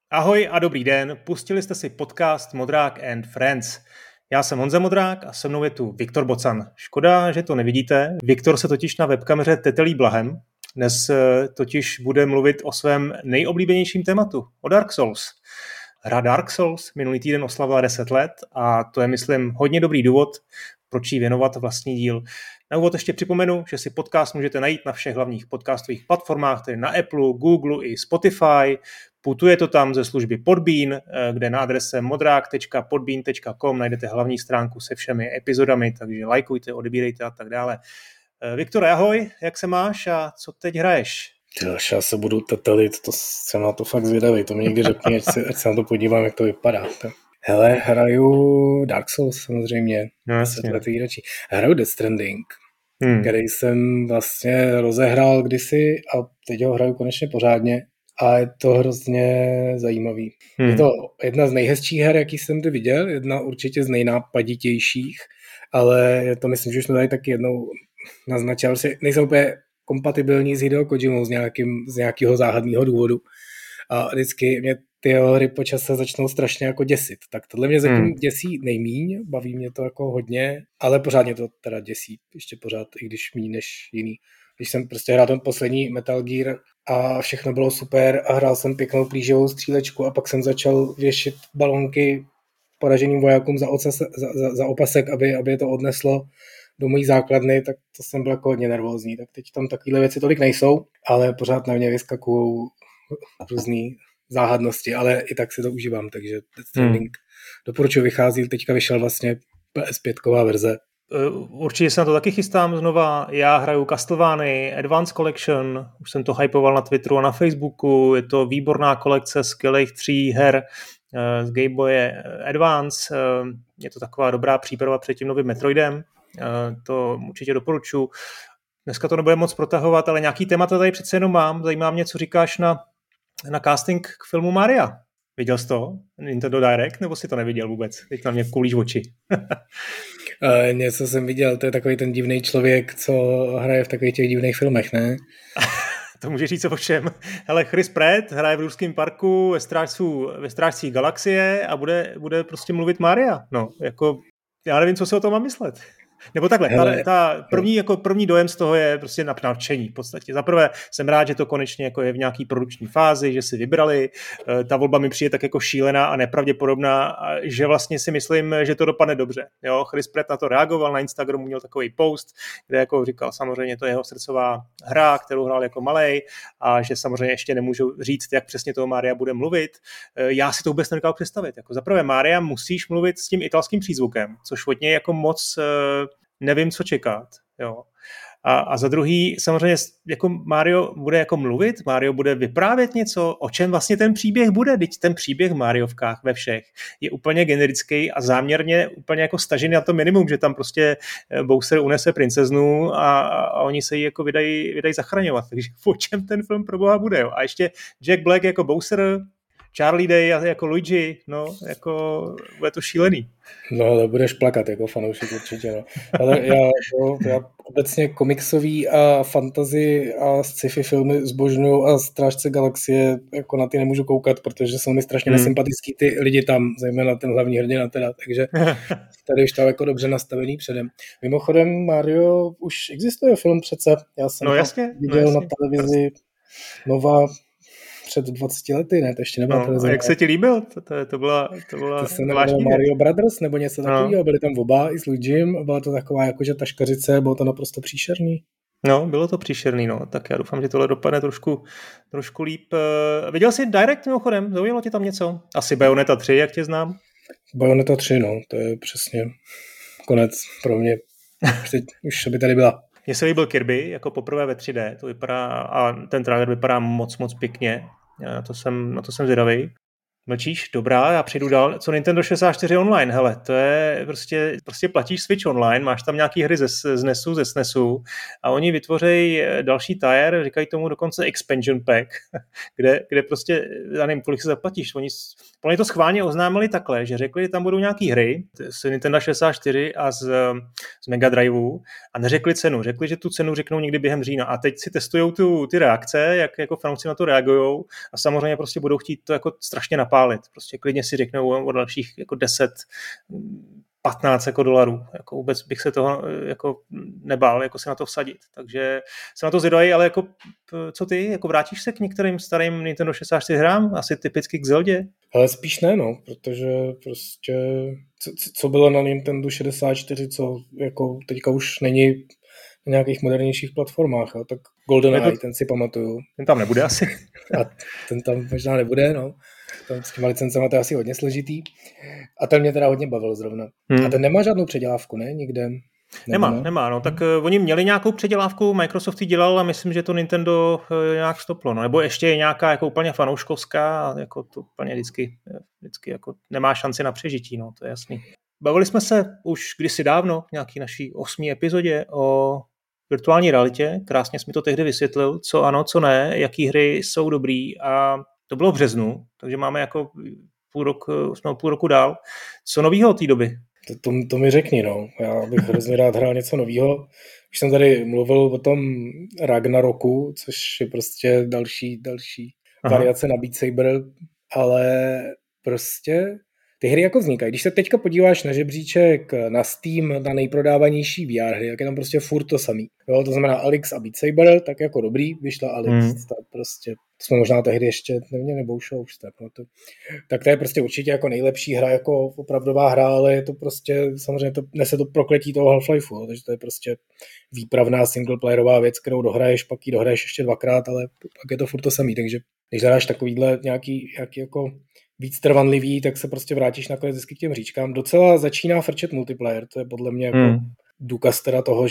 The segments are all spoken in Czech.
Ahoj a dobrý den, pustili jste si podcast Modrák and Friends. Já jsem Honza Modrák a se mnou je tu Viktor Bocan. Škoda, že to nevidíte. Viktor se totiž na webkameře tetelí blahem. Dnes totiž bude mluvit o svém nejoblíbenějším tématu, o Dark Souls. Hra Dark Souls minulý týden oslavila 10 let a to je, myslím, hodně dobrý důvod, proč jí věnovat vlastní díl. Na úvod ještě připomenu, že si podcast můžete najít na všech hlavních podcastových platformách, tedy na Apple, Google i Spotify. Putuje to tam ze služby Podbean, kde na adrese modrák.podbean.com najdete hlavní stránku se všemi epizodami, takže lajkujte, odebírejte a tak dále. Viktore, ahoj, jak se máš a co teď hraješ? Já se budu tetelit, to jsem na to fakt zvědavý, to mi někdy řekni, ať se na to podívám, jak to vypadá. Hele, hraju Dark Souls samozřejmě, 10 let výročí. Hraju Death Stranding, který jsem vlastně rozehrál kdysi a teď ho hraju konečně pořádně a je to hrozně zajímavý. Je to jedna z nejhezčích her, jaký jsem kdy viděl, jedna určitě z nejnápaditějších, ale to myslím, že už jsme tady taky jednou naznačil, že nejsem úplně kompatibilní s Hideo Kojimou z nějakého záhadného důvodu a vždycky mě ty hry po čase začnou strašně jako děsit. Tak tohle mě zatím děsí nejmíň, baví mě to jako hodně, ale pořád mě to teda děsí, ještě pořád, i když míň než jiný. Když jsem prostě hrál ten poslední Metal Gear a všechno bylo super a hrál jsem pěknou plíživou střílečku a pak jsem začal věšit balonky poraženým vojákům za opasek, aby je to odneslo do mojí základny, tak to jsem byl jako hodně nervózní. Tak teď tam takovéhle věci tolik nejsou, ale pořád na mě vyskakují různý záhadnosti, ale i tak si to užívám, takže Death Stranding doporučuji, vychází, teďka vyšel vlastně PS5 verze. Určitě se na to taky chystám znova. Já hraju Castlevania Advance Collection, už jsem to hypoval na Twitteru a na Facebooku, je to výborná kolekce skvělých 3 her z Game Boy Advance, je to taková dobrá příprava před tím novým Metroidem, to určitě doporučuji. Dneska to nebude moc protahovat, ale nějaký témata tady přece jenom mám. Zajímá mě, co říkáš na casting k filmu Maria. Viděl jsi to? Nintendo Direct? Nebo jsi to neviděl vůbec? Teď na mě kulíš oči. Něco jsem viděl, to je takový ten divný člověk, co hraje v takových těch divných filmech, ne? To může říct o všem. Hele, Chris Pratt hraje v Ruském parku ve Strážcích galaxie a bude prostě mluvit Maria. No, jako já nevím, co si o tom mám myslet. Nebo takhle, ta první dojem z toho je prostě nadšení v podstatě. Za prvé jsem rád, že to konečně jako je v nějaký produkční fázi, že si vybrali, ta volba mi přijde tak jako šílená a nepravděpodobná, a že vlastně si myslím, že to dopadne dobře. Jo, Chris Pratt na to reagoval, na Instagramu měl takový post, kde jako říkal, samozřejmě to je jeho srdcová hra, kterou hrál jako malej a že samozřejmě ještě nemůžu říct, jak přesně toho Mária bude mluvit. Já si to vůbec nedokal představit. Jako za prvé Mária musíš mluvit s tím italským přízvukem, což od něj jako moc nevím, co čekat. Jo. A za druhý, samozřejmě, jako Mario bude jako mluvit, Mario bude vyprávět něco, o čem vlastně ten příběh bude, teď ten příběh v Mariovkách ve všech je úplně generický a záměrně úplně jako stažený na to minimum, že tam prostě Bowser unese princeznu a oni se ji jako vydají zachraňovat. Takže o čem ten film pro boha bude? Jo. A ještě Jack Black jako Bowser, Charlie Day jako Luigi, no, jako bude to šílený. No, ale budeš plakat jako fanoušek určitě, no. Ale já obecně komiksový a fantasy a sci-fi filmy zbožňuju a Strážce galaxie jako na ty nemůžu koukat, protože jsou mi strašně nesympatický ty lidi tam, zejména ten hlavní hrdina teda, takže tady už to jako dobře nastavený předem. Mimochodem Mario už existuje film přece, já jsem viděl na televizi Nova před 20 lety, ne? To ještě nebyla televize. A jak se ti líbil? To byla se jmenovalo Mario Brothers nebo něco takového, byli tam oba i s Luigim, byla to taková jakože taškařice, bylo to naprosto příšerný. No, bylo to příšerný, no. Tak já doufám, že tohle dopadne trošku líp. Viděl jsi Direct mimochodem? Zaujalo ti tam něco? Asi Bayonetta 3, jak tě znám? Bayonetta 3, no, to je přesně konec pro mě. Teď už by tady byla. Mně se líbil Kirby, jako poprvé ve 3D, to vypadá, a ten trailer vypadá moc pěkně, na to jsem zvědavý. Mlčíš? Dobrá, já přejdu dál. Co Nintendo 64 online? Hele, to je prostě platíš Switch online, máš tam nějaký hry z NESu, ze SNESu a oni vytvoří další tier, říkají tomu dokonce expansion pack, kde prostě, já nevím, kolik se zaplatíš. Oni to schválně oznámili takhle, že řekli, že tam budou nějaký hry z Nintendo 64 a z Mega Driveu a neřekli cenu. Řekli, že tu cenu řeknou někdy během října a teď si testujou ty reakce, jak jako fanoušci na to reagujou a samozřejmě prostě budou chtít to jako strašně napálit. Prostě klidně si řeknou o dalších jako 10, 15 jako dolarů. Jako vůbec bych se toho jako nebál jako se na to vsadit. Takže se na to zvědají, ale jako co ty? Jako vrátíš se k některým starým Nintendo 64 hrám? Asi typicky k Zeldě? Ale spíš ne, no, protože prostě co bylo na Nintendo 64, co jako teďka už není na nějakých modernějších platformách, tak GoldenEye, ten si pamatuju. Ten tam nebude asi. A ten tam možná nebude, no. Tam s těma licencema to je asi hodně složitý. A ten mě teda hodně bavil zrovna. A ten nemá žádnou předělávku, ne? Nikde? Nemá, no. Tak oni měli nějakou předělávku, Microsoft ji dělal a myslím, že to Nintendo nějak stoplo, no. Nebo ještě je nějaká jako úplně fanouškovská a jako to úplně vždycky jako nemá šanci na přežití, no, to je jasný. Bavili jsme se už kdysi dávno v nějaký naší 8. epizodě o virtuální realitě. Krásně jsi mi to tehdy vysvětlil, co ano, co ne, jaký hry jsou dobrý a to bylo v březnu, takže máme jako půl roku dál. Co novýho od té doby? To mi řekni, no. Já bych hrozně rád hrál něco novýho. Už jsem tady mluvil o tom Ragnaroku, což je prostě další variace na Beat Saber, ale prostě ty hry jako vznikají. Když se teďka podíváš na žebříček na Steam, na nejprodávanější VR hry, tak je tam prostě furt to samý. Jo, to znamená Alex a Beat Saber, tak jako dobrý, vyšla Alex, tak prostě, to jsme možná tehdy ještě neměli, nebo už tak to je prostě určitě jako nejlepší hra, jako opravdová hra, ale je to prostě, samozřejmě to nese to prokletí toho Half-Lifeu, takže to je prostě výpravná singleplayerová věc, kterou dohraješ, pak ji dohraješ ještě dvakrát, ale pak je to furt to samý, takže když hráš takovýhle nějaký jako víc trvanlivý, tak se prostě vrátíš nakonec vždycky k těm říčkám. Docela začíná frčet multiplayer, to je podle mě jako důkaz teda toho,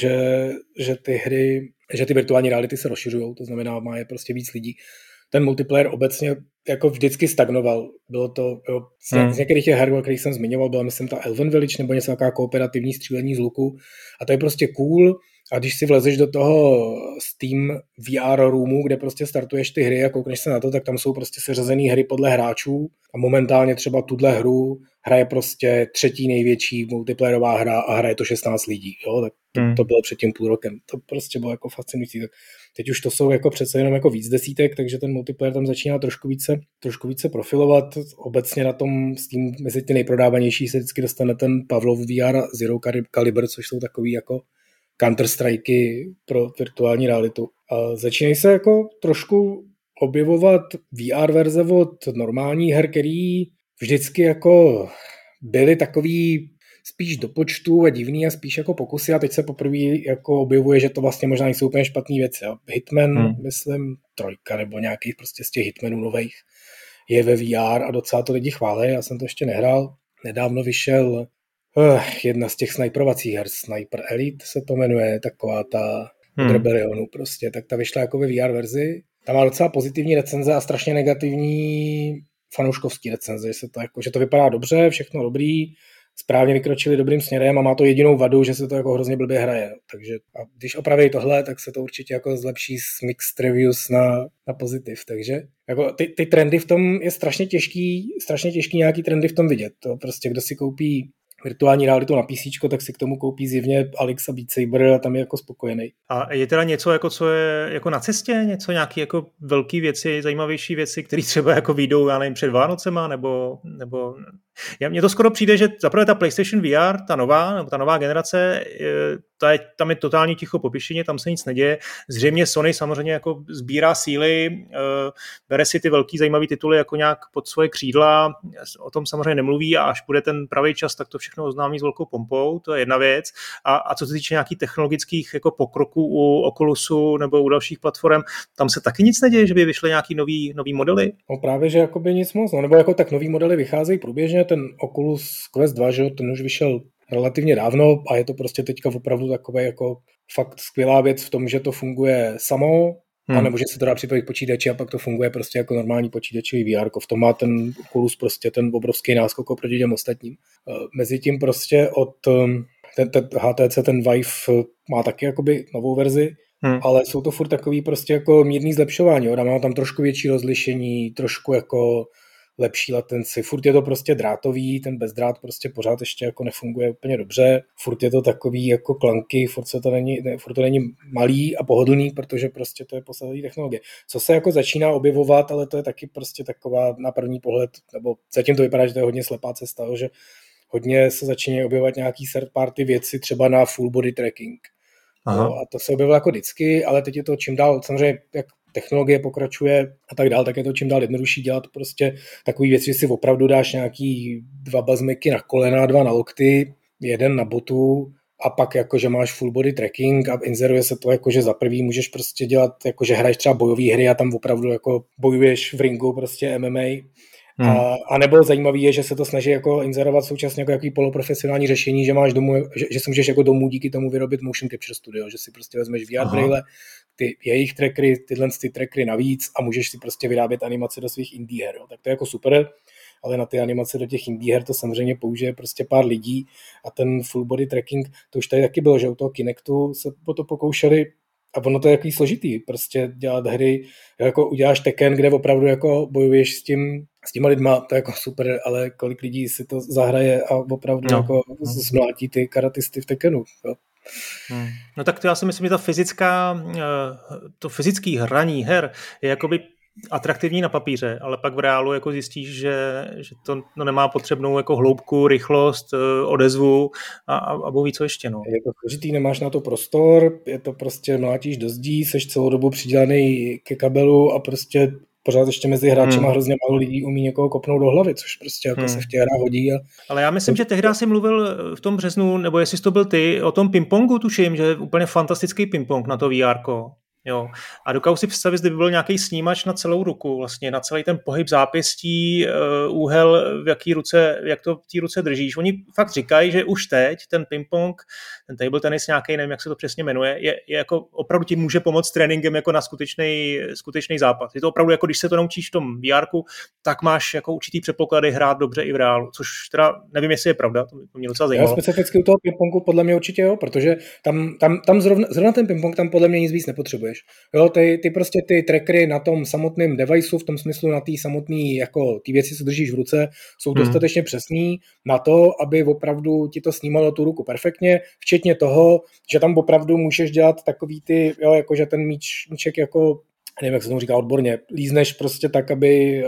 že ty hry, že ty virtuální reality se rozšiřují, to znamená, má je prostě víc lidí. Ten multiplayer obecně jako vždycky stagnoval. Bylo to, jo, z některých těch her, kterých jsem zmiňoval, byla myslím ta Elven Village nebo něco taková kooperativní střílení z luku a to je prostě cool. A když si vlezeš do toho Steam VR roomu, kde prostě startuješ ty hry a koukneš se na to, tak tam jsou prostě seřazený hry podle hráčů a momentálně třeba tuhle hru hraje prostě 3. největší multiplayerová hra a hraje to 16 lidí. Jo? Tak to bylo před tím půl rokem. To prostě bylo jako fascinující. Tak teď už to jsou jako přece jenom jako víc desítek, takže ten multiplayer tam začíná trošku více profilovat. Obecně na tom Steam mezi ty nejprodávanější se vždycky dostane ten Pavlov VR Zero Caliber, což jsou takový jako Counter-Strikey pro virtuální realitu. A začínají se jako trošku objevovat VR verze od normální her, který vždycky jako byly takový spíš do počtu a divný a spíš jako pokusy a teď se poprvé jako objevuje, že to vlastně možná nejsou úplně špatný věci. Jo. Hitman, myslím, 3 nebo nějakých prostě z těch Hitmanů nových je ve VR a docela to lidi chválí, já jsem to ještě nehrál. Nedávno vyšel jedna z těch sniperovacích her, Sniper Elite se to jmenuje, taková ta od Rebellionu prostě, tak ta vyšla jako ve VR verzi. Ta má docela pozitivní recenze a strašně negativní fanouškovský recenze, že to vypadá dobře, všechno dobrý, správně vykročili dobrým směrem a má to jedinou vadu, že se to jako hrozně blbě hraje. Takže a když opraví tohle, tak se to určitě jako zlepší s mixed reviews na pozitiv. Takže jako ty trendy v tom je strašně těžký nějaký trendy v tom vidět. To prostě kdo si koupí virtuální realitu na PC, tak si k tomu koupí zjevně Alex a Beat Saber a tam je jako spokojený. A je teda něco, jako co je jako na cestě? Něco, nějaké jako velké věci, zajímavější věci, které třeba jako vyjdou, já nevím, před Vánocema, nebo mně to skoro přijde, že zaprvé ta PlayStation VR, ta nová generace, tam je totálně ticho po pěšině, tam se nic neděje. Zřejmě Sony samozřejmě jako sbírá síly, bere si ty velký zajímavý tituly jako nějak pod svoje křídla, o tom samozřejmě nemluví a až bude ten pravý čas, tak to všechno oznámí s velkou pompou, to je jedna věc. A co se týče nějakých technologických jako pokroků u Oculusu nebo u dalších platform, tam se taky nic neděje, že by vyšly nějaký nový modely? No právě, že jakoby nic moc, nebo jako tak nový modely vycházejí průběžně, ten Oculus Quest 2, že ten už vyšel relativně dávno a je to prostě teďka opravdu takové jako fakt skvělá věc v tom, že to funguje samo, A nebo že se to dá připojit k počítači a pak to funguje prostě jako normální počítačový VR. V tom má ten Oculus prostě ten obrovský náskok oproti těm ostatním. Mezitím prostě od ten HTC, ten Vive má taky jakoby novou verzi, ale jsou to furt takový prostě jako mírný zlepšování. Má tam trošku větší rozlišení, trošku jako lepší latenci. Furt je to prostě drátový, ten bezdrát prostě pořád ještě jako nefunguje úplně dobře. Furt je to takový jako klanky, furt to není malý a pohodlný, protože prostě to je poslední technologie. Co se jako začíná objevovat, ale to je taky prostě taková na první pohled, nebo zatím to vypadá, že to je hodně slepá cesta, že hodně se začínají objevovat nějaký third party věci třeba na full body tracking. No, a to se objevilo jako vždycky, ale teď je to čím dál, samozřejmě jak technologie pokračuje a tak dál, tak je to čím dál jednodušší dělat prostě takový věci, že si opravdu dáš nějaký 2 bazmeky na kolena, 2 na lokty, 1 na botu a pak jakože máš full body tracking a inzeruje se to jako, že za prvý můžeš prostě dělat, jakože hraješ třeba bojové hry a tam opravdu jako bojuješ v ringu prostě MMA. A nebo zajímavý je, že se to snaží jako inzerovat současně jako jaký poloprofesionální řešení, že máš domů, že si můžeš jako domů díky tomu vyrobit motion capture studio, že si prostě vezmeš VR braille, ty jejich trackery, ty trackery navíc a můžeš si prostě vyrábět animace do svých indie her. Jo. Tak to je jako super, ale na ty animace do těch indie her to samozřejmě použije prostě pár lidí a ten full body tracking, to už tady taky bylo, že u toho Kinectu se po to pokoušeli. A ono to je jaký složitý, prostě dělat hry, jako uděláš Tekken, kde opravdu jako bojuješ s těma lidma, to je jako super, ale kolik lidí si to zahraje a opravdu jako zmlátí ty karatisty v Tekkenu. Jo. No tak to já si myslím, že to fyzické hraní her je jakoby atraktivní na papíře, ale pak v reálu jako zjistíš, že to nemá potřebnou jako hloubku, rychlost, odezvu a bohu ví co ještě. No. Je to složitý, nemáš na to prostor, je to prostě mlátíš do zdí, seš celou dobu přidělaný ke kabelu a prostě pořád ještě mezi hráčima hrozně málo lidí umí někoho kopnout do hlavy, což prostě jako se v těch hrách hodí. Ale já myslím, že tehdy jsi mluvil v tom březnu, nebo jestli to byl ty, o tom pingpongu, tuším, že je úplně fantastický pingpong na to VR-ko. Jo. A dokážu si představit, kdyby byl nějaký snímač na celou ruku, vlastně na celý ten pohyb zápěstí, úhel, jak to v té ruce držíš. Oni fakt říkají, že už teď ten ping-pong, ten table tenis nějaký, nevím, jak se to přesně jmenuje, je jako opravdu ti může pomoct tréninkem jako na skutečný zápas. Je to opravdu jako, když se to naučíš v tom VR-ku, tak máš jako určitý předpoklady hrát dobře i v reálu, což teda nevím, jestli je pravda, to mě docela zajímalo. Já specificky u toho ping-pongu podle mě určitě jo, protože tam zrovna ten ping-pong tam podle mě nic víc nepotřebuješ. Jo, ty prostě ty trackery na tom samotném deviceu, v tom smyslu na té samotné jako ty věci, co držíš v ruce, jsou dostatečně přesný na to, aby opravdu ti to snímalo tu ruku perfektně, včetně toho, že tam opravdu můžeš dělat takový ty, jo, jakože ten míček jako, nevím, jak se tomu říká odborně, lízneš prostě tak, aby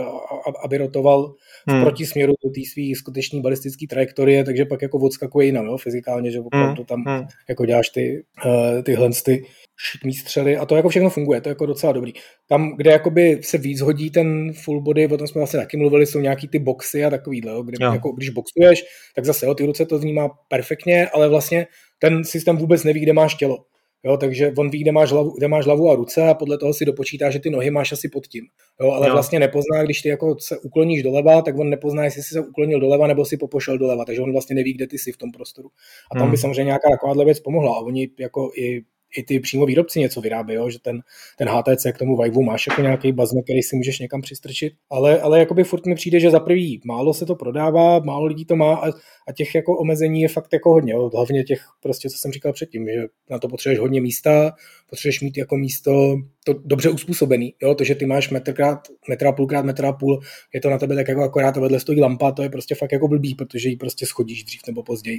rotoval v protisměru do té svý skutečný balistický trajektorie, takže pak jako odskakuje jinam, jo, fyzikálně, že opravdu tam jako děláš tyhle šikmý střely a to jako všechno funguje, to je jako docela dobrý. Tam, kde jakoby se víc hodí ten full body, o tom jsme vlastně taky mluvili, jsou nějaký ty boxy a takovýhle, kde jako, když boxuješ, tak zase ty ruce to vnímá perfektně, ale vlastně ten systém vůbec neví, kde máš tělo. Jo, takže on ví, kde máš hlavu a ruce a podle toho si dopočítá, že ty nohy máš asi pod tím. Jo, ale vlastně nepozná, když ty jako se ukloníš doleva, tak on nepozná, jestli jsi se uklonil doleva nebo si popošel doleva, takže on vlastně neví, kde ty jsi v tom prostoru. A tam by samozřejmě nějaká takováhle věc pomohla a oni jako i ty přímo výrobci něco vyrábějí, jo? Že ten HTC k tomu Viveu máš jako nějaký bazmek, který si můžeš někam přistrčit, ale jakoby furt mi přijde, že za prvý málo se to prodává, málo lidí to má a těch jako omezení je fakt jako hodně, jo? Hlavně těch prostě, co jsem říkal předtím, že na to potřebuješ hodně místa, potřebuješ mít jako místo to dobře uspůsobený, jo? To, že ty máš metr a půl, je to na tebe tak jako akorát a vedle stojí lampa, to je prostě fakt jako blbý, protože ji prostě schodíš dřív nebo později.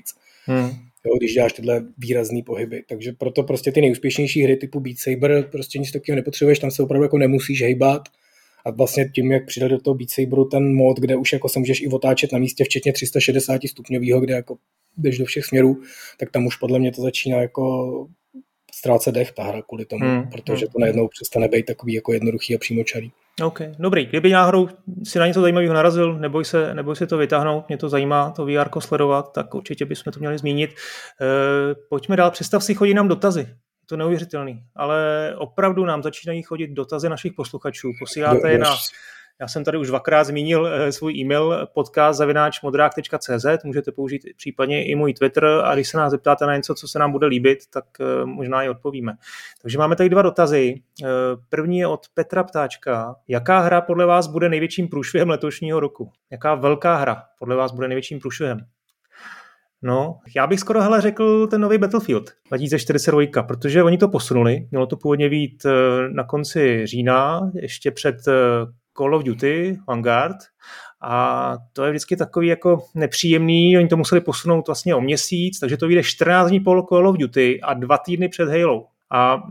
Jo, když děláš tyhle výrazný pohyby. Takže proto prostě ty nejúspěšnější hry typu Beat Saber prostě nic takového nepotřebuješ, tam se opravdu jako nemusíš hejbat. A vlastně tím, jak přidal do toho Beat Saberu ten mod, kde už jako se můžeš i otáčet na místě, včetně 360 stupňového, kde jako jdeš do všech směrů, tak tam už podle mě to začíná jako ztrácet dech ta hra kvůli tomu, protože to najednou přestane být takový jako jednoduchý a přímočarý. OK, dobrý. Kdyby náhodou si na něco zajímavého narazil, neboj se to vytáhnout, mě to zajímá, to VR sledovat, tak určitě bychom to měli zmínit. Pojďme dál, představ si, chodí nám dotazy. Je to neuvěřitelný, ale opravdu nám začínají chodit dotazy našich posluchačů. Posíláte je na Já jsem tady už dvakrát zmínil svůj e-mail podcast@modrák.cz, můžete použít případně i můj Twitter a když se nás zeptáte na něco, co se nám bude líbit, tak možná i odpovíme. Takže máme tady 2 dotazy. První je od Petra Ptáčka. Jaká hra podle vás bude největším průšvihem letošního roku? Jaká velká hra podle vás bude největším průšvihem? No, já bych skoro řekl ten nový Battlefield 2042, protože oni to posunuli. Mělo to původně být na konci října, ještě před Call of Duty, Vanguard, a to je vždycky takový jako nepříjemný, oni to museli posunout vlastně o měsíc, takže to vyjde 14 dní po Call of Duty a 2 týdny před Halo. A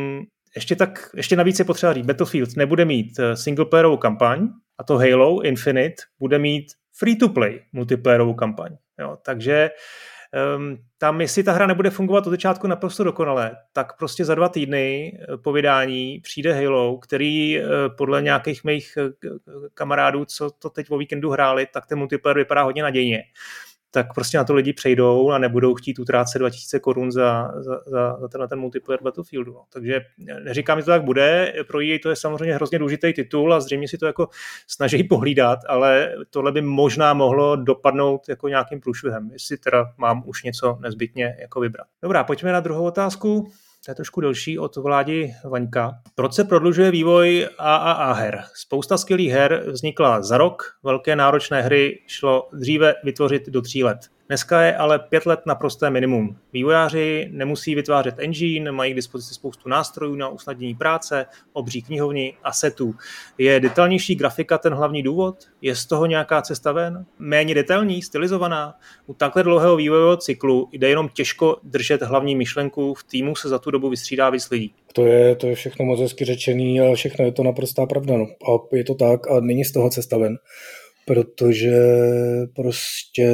ještě navíc je potřeba říct, Battlefield nebude mít singleplayerovou kampaň a to Halo Infinite bude mít free-to-play multiplayerovou kampaň. Jo, takže tam, jestli ta hra nebude fungovat od začátku naprosto dokonale, tak prostě za 2 týdny po vydání přijde Halo, který podle nějakých mých kamarádů, co to teď o víkendu hráli, tak ten multiplayer vypadá hodně nadějně. Tak prostě na to lidi přejdou a nebudou chtít utrácet 2000 korun za ten multiplayer Battlefieldu. No. Takže neříkám, že to tak bude, pro EA to je samozřejmě hrozně důležitý titul a zřejmě si to jako snaží pohlídat, ale tohle by možná mohlo dopadnout jako nějakým průšvihem, jestli teda mám už něco nezbytně jako vybrat. Dobrá, pojďme na druhou otázku. To je trošku delší, od Vládi Vaňka. Proč se prodlužuje vývoj AAA her? Spousta skvělých her vznikla za rok, velké náročné hry šlo dříve vytvořit do 3 let. Dneska je ale 5 let naprosté minimum. Vývojáři nemusí vytvářet engine, mají k dispozici spoustu nástrojů na usnadnění práce, obří knihovny, asetů. Je detailnější grafika ten hlavní důvod? Je z toho nějaká cesta ven? Méně detailní, stylizovaná? U takhle dlouhého vývojového cyklu jde jenom těžko držet hlavní myšlenku, v týmu se za tu dobu vystřídá víc lidí. To je všechno moc hezky řečený, ale všechno je to naprostá pravda. No. A je to tak a není z toho cesta ven, protože prostě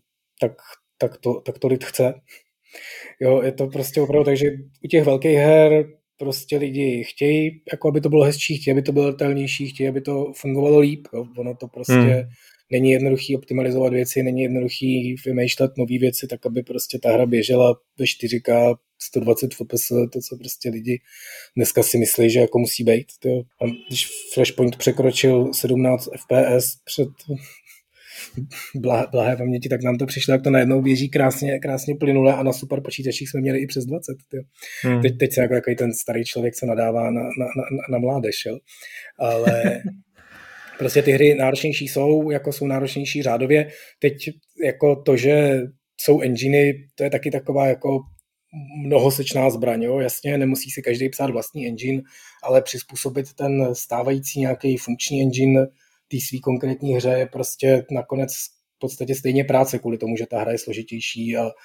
tak to lid chce. Jo, je to prostě opravdu tak, že u těch velkých her prostě lidi chtějí, jako aby to bylo hezčí, chtějí, aby to bylo detailnější, chtějí, aby to fungovalo líp. Jo. Ono to prostě není jednoduchý optimalizovat věci, není jednoduchý vymýšlet nové věci, tak aby prostě ta hra běžela ve 4K 120 fps, to, co prostě lidi dneska si myslí, že jako musí být. Jo. A když Flashpoint překročil 17 fps před blahé paměti, tak nám to přišlo, jak to najednou běží krásně plynule a na super počítačích jsme měli i přes 20. Teď jsem jako ten starý člověk, co nadává na mládež. Jo. Ale prostě ty hry náročnější jsou náročnější řádově. Teď jako to, že jsou enginy, to je taky taková jako mnohosečná zbraň. Jo. Jasně, nemusí si každý psát vlastní engine, ale přizpůsobit ten stávající nějaký funkční engine té svý konkrétní hře je prostě nakonec v podstatě stejně práce kvůli tomu, že ta hra je složitější a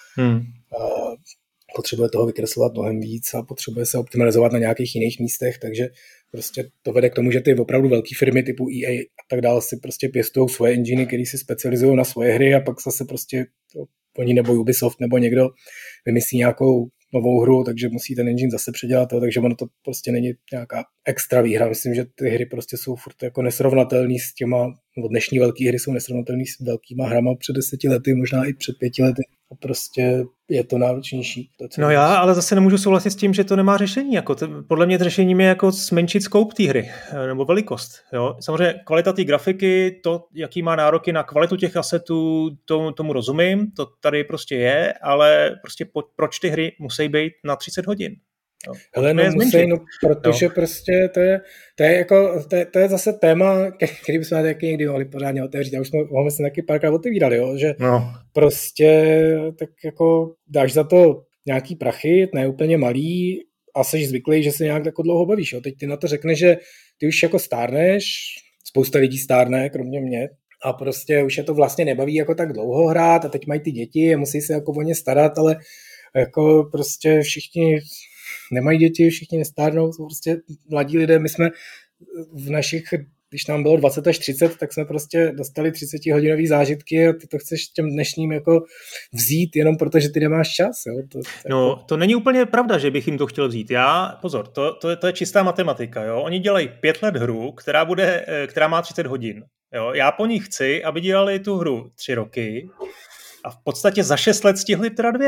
potřebuje toho vykreslovat mnohem víc a potřebuje se optimalizovat na nějakých jiných místech, takže prostě to vede k tomu, že ty opravdu velké firmy typu EA a tak dále si prostě pěstují svoje enginy, které si specializují na svoje hry a pak zase prostě oni nebo Ubisoft nebo někdo vymyslí nějakou novou hru, takže musí ten engine zase předělat, takže ono to prostě není nějaká extra výhra. Myslím, že ty hry prostě jsou furt jako nesrovnatelný s těma, nebo dnešní velké hry jsou nesrovnatelný s velkýma hrama před 10 lety, možná i před 5 lety. A prostě je to náročnější. No já ale zase nemůžu souhlasit s tím, že to nemá řešení. Podle mě řešením je jako zmenšit scope té hry, nebo velikost. Jo? Samozřejmě kvalita té grafiky, to, jaký má nároky na kvalitu těch asetů, tomu rozumím, to tady prostě je, ale prostě proč ty hry musí být na 30 hodin? Jo. Hele, no musí, protože prostě to je zase téma, který bychom taky někdy mohli pořádně otevřít. A už jsme ho myslím taky párkrát otevírali, jo? Že prostě tak jako dáš za to nějaký prachy, ne úplně malý a jsi zvyklý, že se nějak tako dlouho bavíš. Jo? Teď ty na to řekneš, že ty už jako stárneš, spousta lidí stárne, kromě mě, a prostě už je to vlastně nebaví jako tak dlouho hrát a teď mají ty děti a musí se jako o ně starat, ale jako prostě všichni nemají děti, všichni nestárnou, jsou prostě mladí lidé. My jsme v našich, když nám bylo 20 až 30, tak jsme prostě dostali 30-hodinový zážitky a ty to chceš těm dnešním jako vzít jenom proto, že ty nemáš čas. Jo? To není úplně pravda, že bych jim to chtěl vzít. Pozor, to je čistá matematika. Jo? Oni dělají 5 let hru, která má 30 hodin. Jo? Já po nich chci, aby dělali tu hru 3 roky a v podstatě za 6 let stihli teda 2.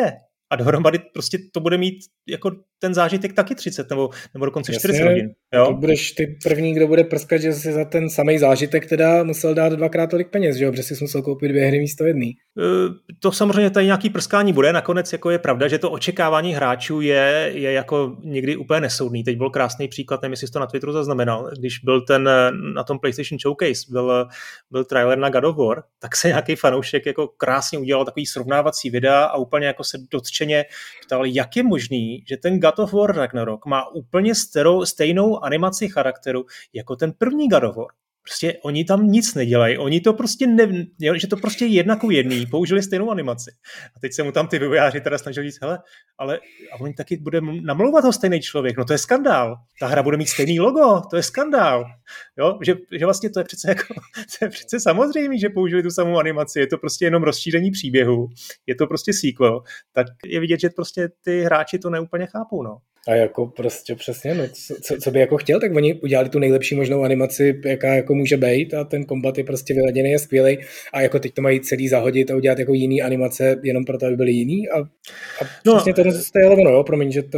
a dohromady prostě to bude mít jako ten zážitek taky 30 nebo dokonce 40 Jasně, hodin. Jo? To budeš ty první, kdo bude prskat, že si za ten samý zážitek teda musel dát 2x tolik peněz, že jo, protože jsi musel koupit 2 hry místo jedný. To samozřejmě tady nějaký prskání bude, nakonec jako je pravda, že to očekávání hráčů je jako někdy úplně nesoudný. Teď byl krásný příklad, nevím, jestli jsi to na Twitteru zaznamenal, když byl na tom PlayStation Showcase, byl trailer na God of War, tak se nějaký fanoušek jako krásně udělal takový srovnávací videa a úplně jako se dotčeně ptal, jak je možný, že ten God of War Ragnarok má úplně stejnou animaci charakteru jako ten první God of War. Prostě oni tam nic nedělají, oni to prostě že to prostě je jedna ku jedný, použili stejnou animaci. A teď se mu tam ty vývojáři teda snažili říct, hele, ale a oni taky bude namlouvat ho stejný člověk, no to je skandál. Ta hra bude mít stejný logo, to je skandál. Jo, že vlastně to je přece samozřejmé, že použili tu samou animaci, je to prostě jenom rozšíření příběhu, je to prostě sequel, tak je vidět, že prostě ty hráči to neúplně chápou, no. A jako prostě přesně, no, co by jako chtěl, tak oni udělali tu nejlepší možnou animaci, jaká jako může být a ten kombat je prostě vyladěný, je skvělej a jako teď to mají celý zahodit a udělat jako jiný animace jenom proto, aby byly jiný a přesně to je leveno, jo, promiň, že to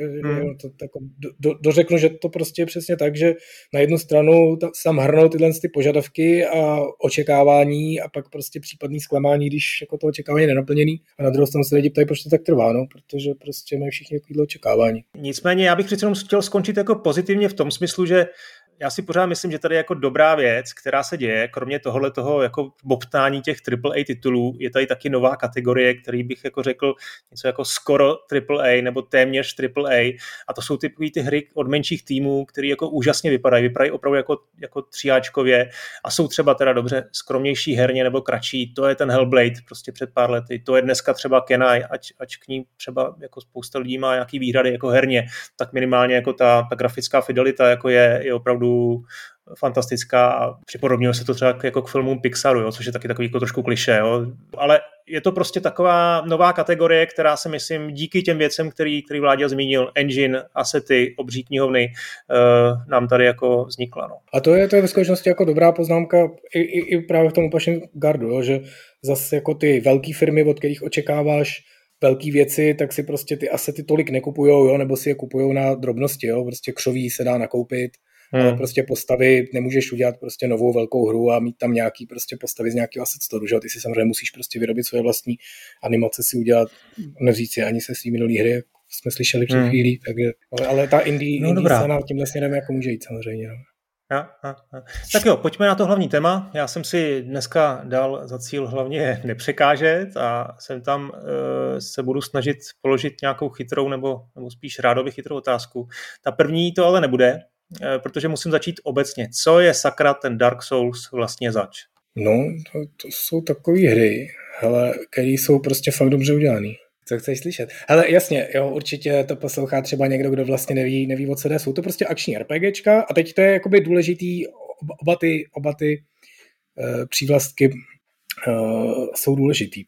jako dořeknu, že to prostě je přesně tak, že na jednu stranu tam hrnou tyhle ty požadavky a očekávání a pak prostě případný zklamání, když jako to očekávání je nenaplněný a na druhou stranu se lidi ptají, proč to tak trvá, no, protože prostě mají všichni takovýhle očekávání. Nicméně já bych přece jenom chtěl skončit jako pozitivně v tom smyslu, že já si pořád myslím, že tady je jako dobrá věc, která se děje, kromě toho jako bobtnání těch AAA titulů, je tady taky nová kategorie, který bych jako řekl něco jako skoro AAA nebo téměř AAA a to jsou ty hry od menších týmů, které jako úžasně vypadají opravdu jako tříáčkově a jsou třeba teda dobře skromnější herně nebo kratší, to je ten Hellblade prostě před pár lety, to je dneska třeba Kenai, ať k ní třeba jako spousta lidí má nějaký výhrady jako herně, tak minimálně jako ta grafická fidelita jako je opravdu fantastická a připodobňuje se to třeba jako k filmům Pixaru, jo, což je taky takový jako trošku klišé, jo. Ale je to prostě taková nová kategorie, která se myslím díky těm věcem, který Vláďa zmínil, engine, asety, obří knihovny, nám tady jako vznikla. No. A to je ve skutečnosti jako dobrá poznámka i právě v tom opačném gardu, jo, že zase jako ty velké firmy, od kterých očekáváš velké věci, tak si prostě ty asety tolik nekupujou, jo, nebo si je kupujou na drobnosti, jo, prostě křoví se dá nakoupit, ale prostě postavy nemůžeš udělat prostě novou velkou hru a mít tam nějaký prostě postavy z nějakého asset store, že? Ty si samozřejmě musíš prostě vyrobit svoje vlastní animace, si udělat, nevzít si ani se svý minulý hry, jak jsme slyšeli před chvílí, takže, ale ta indie scéna tímhle směrem jako může jít samozřejmě. No. Tak jo, pojďme na to hlavní téma. Já jsem si dneska dal za cíl hlavně nepřekážet a jsem tam se budu snažit položit nějakou chytrou nebo spíš rádoby chytrou otázku. Ta první to ale nebude, protože musím začít obecně. Co je sakra ten Dark Souls vlastně zač? No, to jsou takové hry, které jsou prostě fakt dobře udělané. Co chceš slyšet? Hele, jasně, jo, určitě to poslouchá třeba někdo, kdo vlastně neví o co jde. Jsou to prostě akční RPGčka a teď to je jakoby důležitý, oba ty přívlastky jsou důležitý.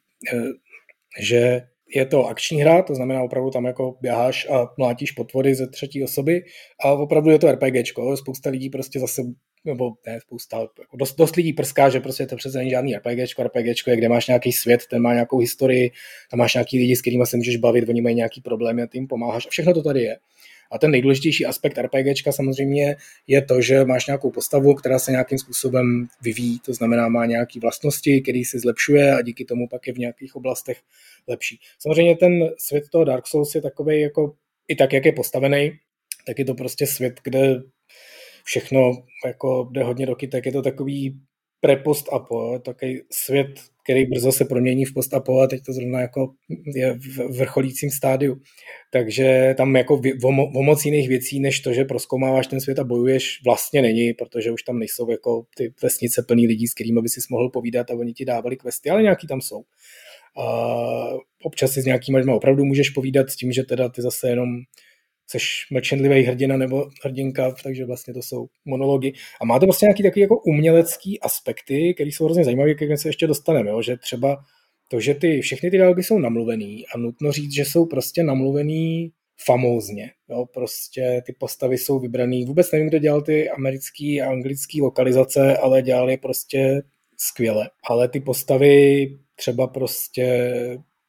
Že je to akční hra, to znamená opravdu tam jako běháš a mlátíš potvory ze třetí osoby a opravdu je to RPGčko. Spousta lidí prostě zase, nebo ne spousta, jako dost lidí prská, že prostě to přece není žádný RPGčko je, kde máš nějaký svět, ten má nějakou historii, tam máš nějaký lidi, s kterými se můžeš bavit, oni mají nějaký problémy a ty jim pomáháš a všechno to tady je. A ten nejdůležitější aspekt RPGčka samozřejmě je to, že máš nějakou postavu, která se nějakým způsobem vyvíjí, to znamená má nějaké vlastnosti, který se zlepšuje a díky tomu pak je v nějakých oblastech lepší. Samozřejmě ten svět toho Dark Souls je takovej jako i tak, jak je postavený, tak je to prostě svět, kde všechno jako jde hodně do kytek, je to takový pre-post-apo, takový svět, který brzo se promění v post-apo a teď to zrovna jako je v vrcholícím stádiu. Takže tam jako o moc jiných věcí, než to, že prozkoumáváš ten svět a bojuješ, vlastně není, protože už tam nejsou jako ty vesnice plný lidí, s kterými by si mohl povídat a oni ti dávali questy, ale nějaký tam jsou. A občas si s nějakýma lidma opravdu můžeš povídat s tím, že teda ty zase jenom seš mlčenlivý hrdina nebo hrdinka, takže vlastně to jsou monology. A má to prostě nějaký takový jako umělecký aspekty, které jsou hrozně zajímavé, jak se ještě dostaneme, jo? Že třeba to, že všechny ty dialogy jsou namluvený a nutno říct, že jsou prostě namluvený famózně. Jo? Prostě ty postavy jsou vybraný. Vůbec nevím, kdo dělal ty americký a anglický lokalizace, ale dělali prostě skvěle. Ale ty postavy třeba prostě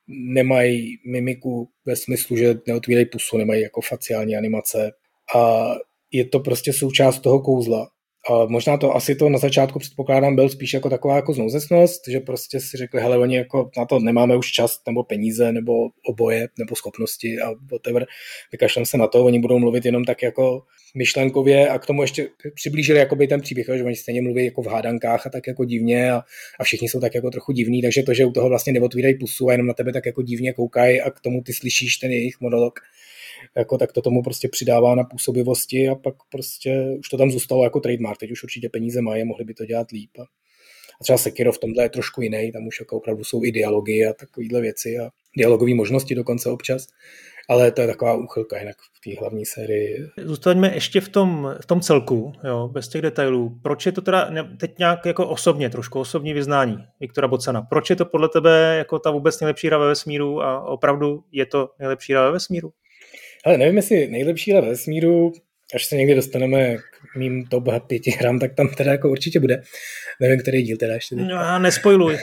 nemají mimiku ve smyslu, že neotvírají pusu, nemají jako faciální animace a je to prostě součást toho kouzla. A možná to asi to na začátku předpokládám byl spíš jako taková jako znouzecnost, že prostě si řekli, hele, oni jako na to nemáme už čas, nebo peníze, nebo oboje, nebo schopnosti a whatever, vykašlem se na to, oni budou mluvit jenom tak jako myšlenkově a k tomu ještě přiblížili jakoby ten příběh, že oni stejně mluví jako v hádankách a tak jako divně a všichni jsou tak jako trochu divní, takže to, že u toho vlastně neotvírají pusu a jenom na tebe tak jako divně koukají a k tomu ty slyšíš ten jejich monolog, jako, tak to tomu prostě přidává na působivosti a pak prostě už to tam zůstalo jako trademark, teď už určitě peníze mají, mohli by to dělat líp. A třeba Sekiro v tomhle je trošku jiný, tam už jako opravdu jsou i dialogy a takovýhle věci a dialogové možnosti dokonce občas, ale to je taková úchylka jinak v té hlavní sérii. Zůstaňme ještě v tom celku, jo, bez těch detailů. Proč je to teda teď nějak jako osobně, trošku osobní vyznání Viktora Bocana? Proč je to podle tebe jako ta vůbec nejlepší hra ve vesmíru a opravdu je to nejlepší hra ve vesmíru? Ale nevím, jestli nejlepší hra ve vesmíru, až se někdy dostaneme k mým top 5 hrám, tak tam teda jako určitě bude. Nevím, který díl teda ještě. No, nespojluj.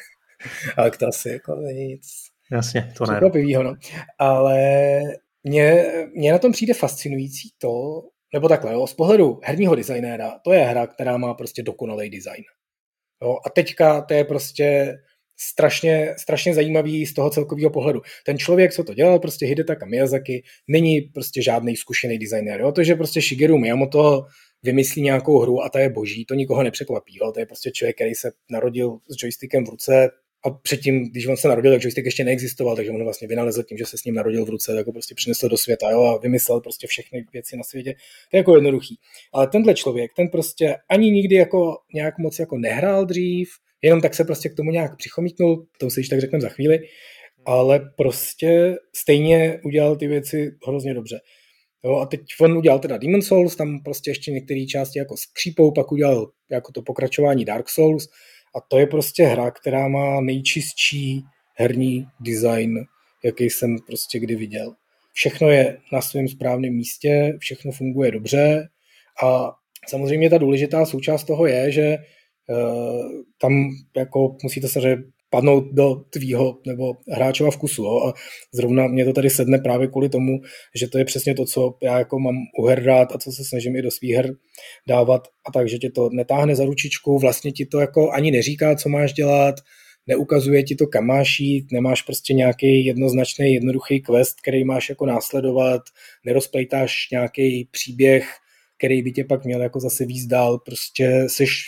Ale to asi jako není nic. Jasně, to ne. Překvapivýho, no. Ale mně na tom přijde fascinující to, nebo takhle, jo, z pohledu herního designéra, to je hra, která má prostě dokonalý design. Jo, a teďka to je prostě strašně zajímavý z toho celkového pohledu. Ten člověk, co to dělal, prostě Hidetaka Miyazaki, není prostě žádný zkušený designér. Jo? To, že prostě Shigeru Miyamoto vymyslí nějakou hru a ta je boží, to nikoho nepřekvapí. Jo? To je prostě člověk, který se narodil s joystickem v ruce a předtím, když on se narodil, tak joystick ještě neexistoval, takže on vlastně vynalezl tím, že se s ním narodil v ruce, tak ho prostě přinesl do světa, jo? A vymyslel prostě všechny věci na světě. To je jako jednoduchý. Ale tenhle člověk, ten prostě ani nikdy jako nějak moc jako nehrál dřív, jenom tak se prostě k tomu nějak přichomítnul, to si již tak řekneme za chvíli, ale prostě stejně udělal ty věci hrozně dobře. Jo, a teď on udělal teda Demon's Souls, tam prostě ještě některé části jako skřípou, pak udělal jako to pokračování Dark Souls a to je prostě hra, která má nejčistší herní design, jaký jsem prostě kdy viděl. Všechno je na svém správném místě, všechno funguje dobře a samozřejmě ta důležitá součást toho je, že tam jako musíte se padnout do tvýho nebo hráčova vkusu. Jo? A zrovna mě to tady sedne právě kvůli tomu, že to je přesně to, co já jako mám u her rád a co se snažím i do svých her dávat. A takže tě to netáhne za ručičku, vlastně ti to jako ani neříká, co máš dělat, neukazuje ti to, kam máš jít, nemáš prostě nějaký jednoznačný, jednoduchý quest, který máš jako následovat, nerozplejtáš nějaký příběh, který by tě pak měl jako zase víc dál, prostě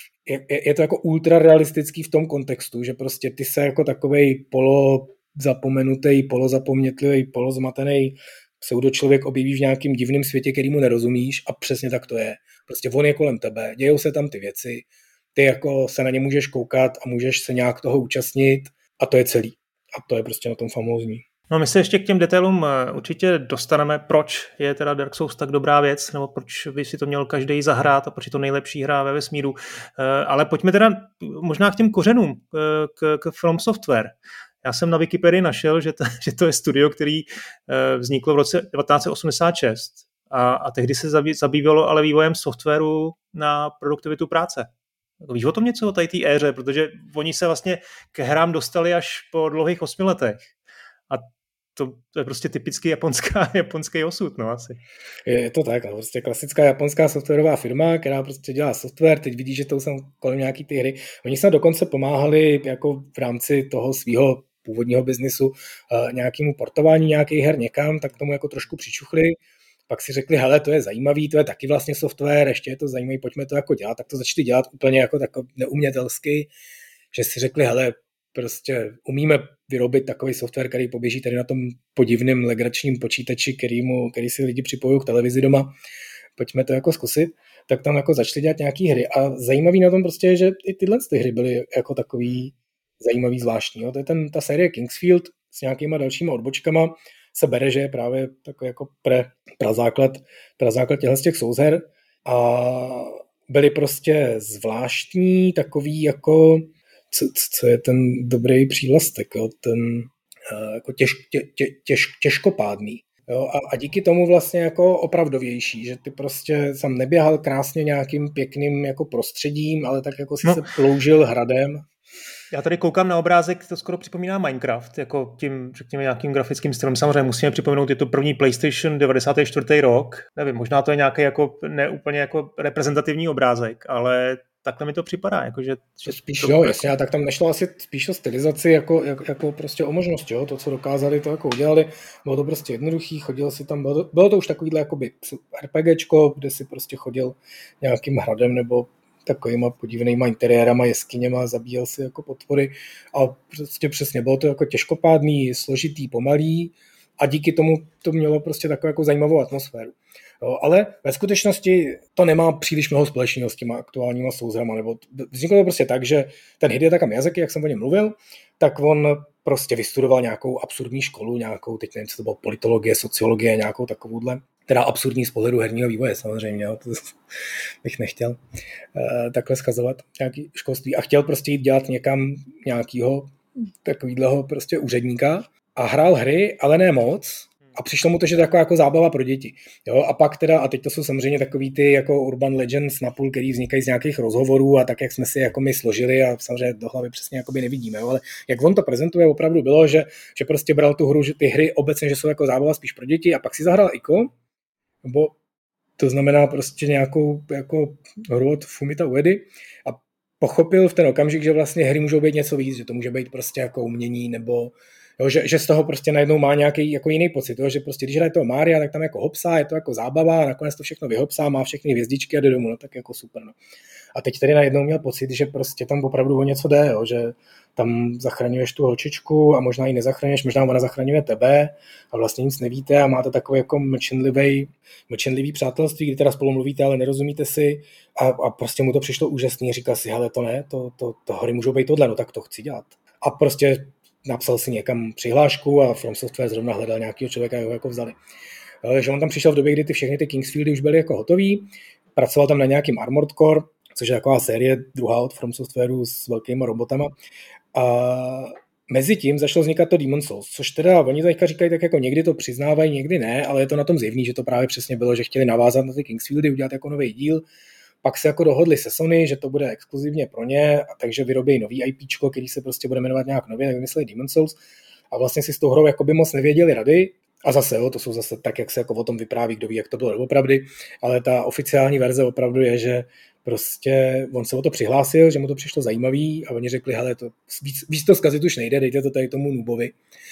je to jako ultra realistický v tom kontextu, že prostě ty se jako takovej polozapomenutej, polozapomnětlivý, polozmatený pseudočlověk objeví v nějakým divném světě, kterýmu nerozumíš a přesně tak to je. Prostě on je kolem tebe, dějou se tam ty věci, ty jako se na ně můžeš koukat a můžeš se nějak toho účastnit a to je celý. A to je prostě na tom famózní. No, my se ještě k těm detailům určitě dostaneme, proč je teda Dark Souls tak dobrá věc, nebo proč by si to měl každý zahrát a proč je to nejlepší hra ve vesmíru. Ale pojďme teda možná k těm kořenům, k From Software. Já jsem na Wikipedii našel, že to je studio, který vzniklo v roce 1986 a tehdy se zabývalo ale vývojem softwaru na produktivitu práce. Víš o tom něco, o té éře, protože oni se vlastně k hrám dostali až po dlouhých 8 letech. A to je prostě typický japonský osud, no asi. Je to tak, no, prostě klasická japonská softwarová firma, která prostě dělá software, teď vidí, že to jsou kolem nějaký ty hry. Oni se dokonce pomáhali jako v rámci toho svého původního biznisu nějakému portování nějakých her někam, tak tomu jako trošku přičuchli. Pak si řekli, hele, to je zajímavý, to je taky vlastně software, ještě je to zajímavý, pojďme to jako dělat, tak to začali dělat úplně jako takový neumětelsky, že si řekli, hele, prostě umíme vyrobit takový software, který poběží tady na tom podivným legračním počítači, který si lidi připojují k televizi doma, pojďme to jako zkusit, tak tam jako začali dělat nějaký hry a zajímavý na tom prostě je, že i tyhle hry byly jako takový zajímavý, zvláštní. Jo. To je ta série Kingsfield s nějakýma dalšíma odbočkama, se bere, že je právě takový jako prazáklad těch souzher a byly prostě zvláštní, takový jako co je ten dobrý přívlastek, jo? Ten jako těžkopádný. Jo? A díky tomu vlastně jako opravdovější, že ty prostě jsem neběhal krásně nějakým pěkným jako prostředím, ale tak jako si se ploužil hradem. Já tady koukám na obrázek, to skoro připomíná Minecraft, jako tím, řekněme, nějakým grafickým stylem. Samozřejmě musíme připomenout, je to první PlayStation 94. rok. Nevím, možná to je nějaký jako neúplně jako reprezentativní obrázek, ale takhle mi to připadá. Jako, že spíš to... jo, jasně, a tak tam nešlo asi spíš o stylizaci, jako prostě o možnost, jo, to, co dokázali, to jako udělali, bylo to prostě jednoduchý, chodil si tam, bylo to už takovýhle jakoby RPGčko, kde si prostě chodil nějakým hradem nebo takovýma podivnýma interiérama, jeskyněma, zabíjel si jako potvory a prostě přesně bylo to jako těžkopádný, složitý, pomalý a díky tomu to mělo prostě takovou jako zajímavou atmosféru. Jo, ale ve skutečnosti to nemá příliš mnoho společného s těma aktuálníma souzhrama, nebo vzniklo to prostě tak, že ten Hidetaka Miyazaki, jak jsem o něm mluvil, tak on prostě vystudoval nějakou absurdní školu, nějakou, teď nevím, co to bylo, politologie, sociologie, nějakou takovouhle, teda absurdní z pohledu herního vývoje samozřejmě, jo, to bych nechtěl takhle schazovat nějaký školství a chtěl prostě jít dělat někam nějakýho takovýhleho prostě úředníka a hrál hry, ale ne moc. A přišlo mu to, že to je taková jako zábava pro děti. Jo? A pak teda, a teď to jsou samozřejmě takový ty jako urban legends napůl, který vznikají z nějakých rozhovorů a tak, jak jsme si jako my složili a samozřejmě do hlavy přesně jakoby nevidíme. Jo? Ale jak on to prezentuje, opravdu bylo, že prostě bral tu hru, že ty hry obecně, že jsou jako zábava spíš pro děti a pak si zahrál Ico, nebo to znamená prostě nějakou jako hru od Fumita Uedy a pochopil v ten okamžik, že vlastně hry můžou být něco víc, že to může být prostě jako umění nebo jo, že z toho prostě najednou má nějaký jako jiný pocit, jo, že prostě když hraje toho Mária, tak tam jako hopsá, je to jako zábava a nakonec to všechno vyhopsá, má všechny hvězdičky a jde domů, no tak jako super. No. A teď tady najednou měl pocit, že prostě tam opravdu o něco jde, jo, že tam zachraňuješ tu holčičku a možná ji nezachraňuješ, možná ona zachraňuje tebe a vlastně nic nevíte a máte takové jako mlčenlivý přátelství, kdy teda spolu mluvíte, ale nerozumíte si a prostě mu to přišlo úžasný, říkal si, hele, to ne, to hory můžou být tohle, no tak to chci dělat. A prostě napsal si někam přihlášku a From Software zrovna hledal nějakého člověka, ho jako vzali. Takže on tam přišel v době, kdy všechny ty Kingsfieldy už byly jako hotový, pracoval tam na nějakým Armored Core, což je taková série druhá od From Softwareu s velkýma robotama. A mezi tím začalo vznikat to Demon's Souls, což teda oni teďka říkají tak jako někdy to přiznávají, někdy ne, ale je to na tom zjevný, že to právě přesně bylo, že chtěli navázat na ty Kingsfieldy, udělat jako nový díl. Pak se jako dohodli se Sony, že to bude exkluzivně pro ně, a takže vyrobí nový IPčko, který se prostě bude jmenovat nějak nově, tak vymysleli Demon's Souls a vlastně si s tou hrou jakoby moc nevěděli rady. A zase, jo, to jsou zase tak, jak se jako o tom vypráví, kdo ví, jak to bylo doopravdy, ale ta oficiální verze opravdu je, že prostě on se o to přihlásil, že mu to přišlo zajímavý a oni řekli, hele, to víc to zkazit už nejde, dejte to tady tomu noobovi.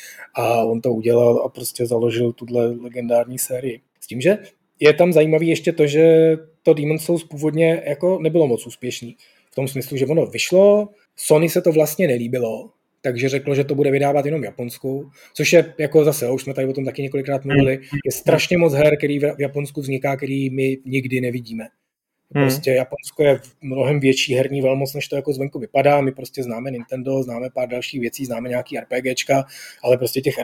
A on to udělal a prostě založil tuhle legendární sérii. S tím, že je tam zajímavý ještě to, že to Demon's Souls původně jako nebylo moc úspěšný. V tom smyslu, že ono vyšlo, Sony se to vlastně nelíbilo, takže řeklo, že to bude vydávat jenom v Japonsku, což je jako zase, už jsme tady o tom taky několikrát mluvili, je strašně moc her, který v Japonsku vzniká, který my nikdy nevidíme. Prostě Japonsko je mnohem větší herní velmoc, než to jako zvenku vypadá. My prostě známe Nintendo, známe pár dalších věcí, známe nějaký RPGčka, ale prostě těch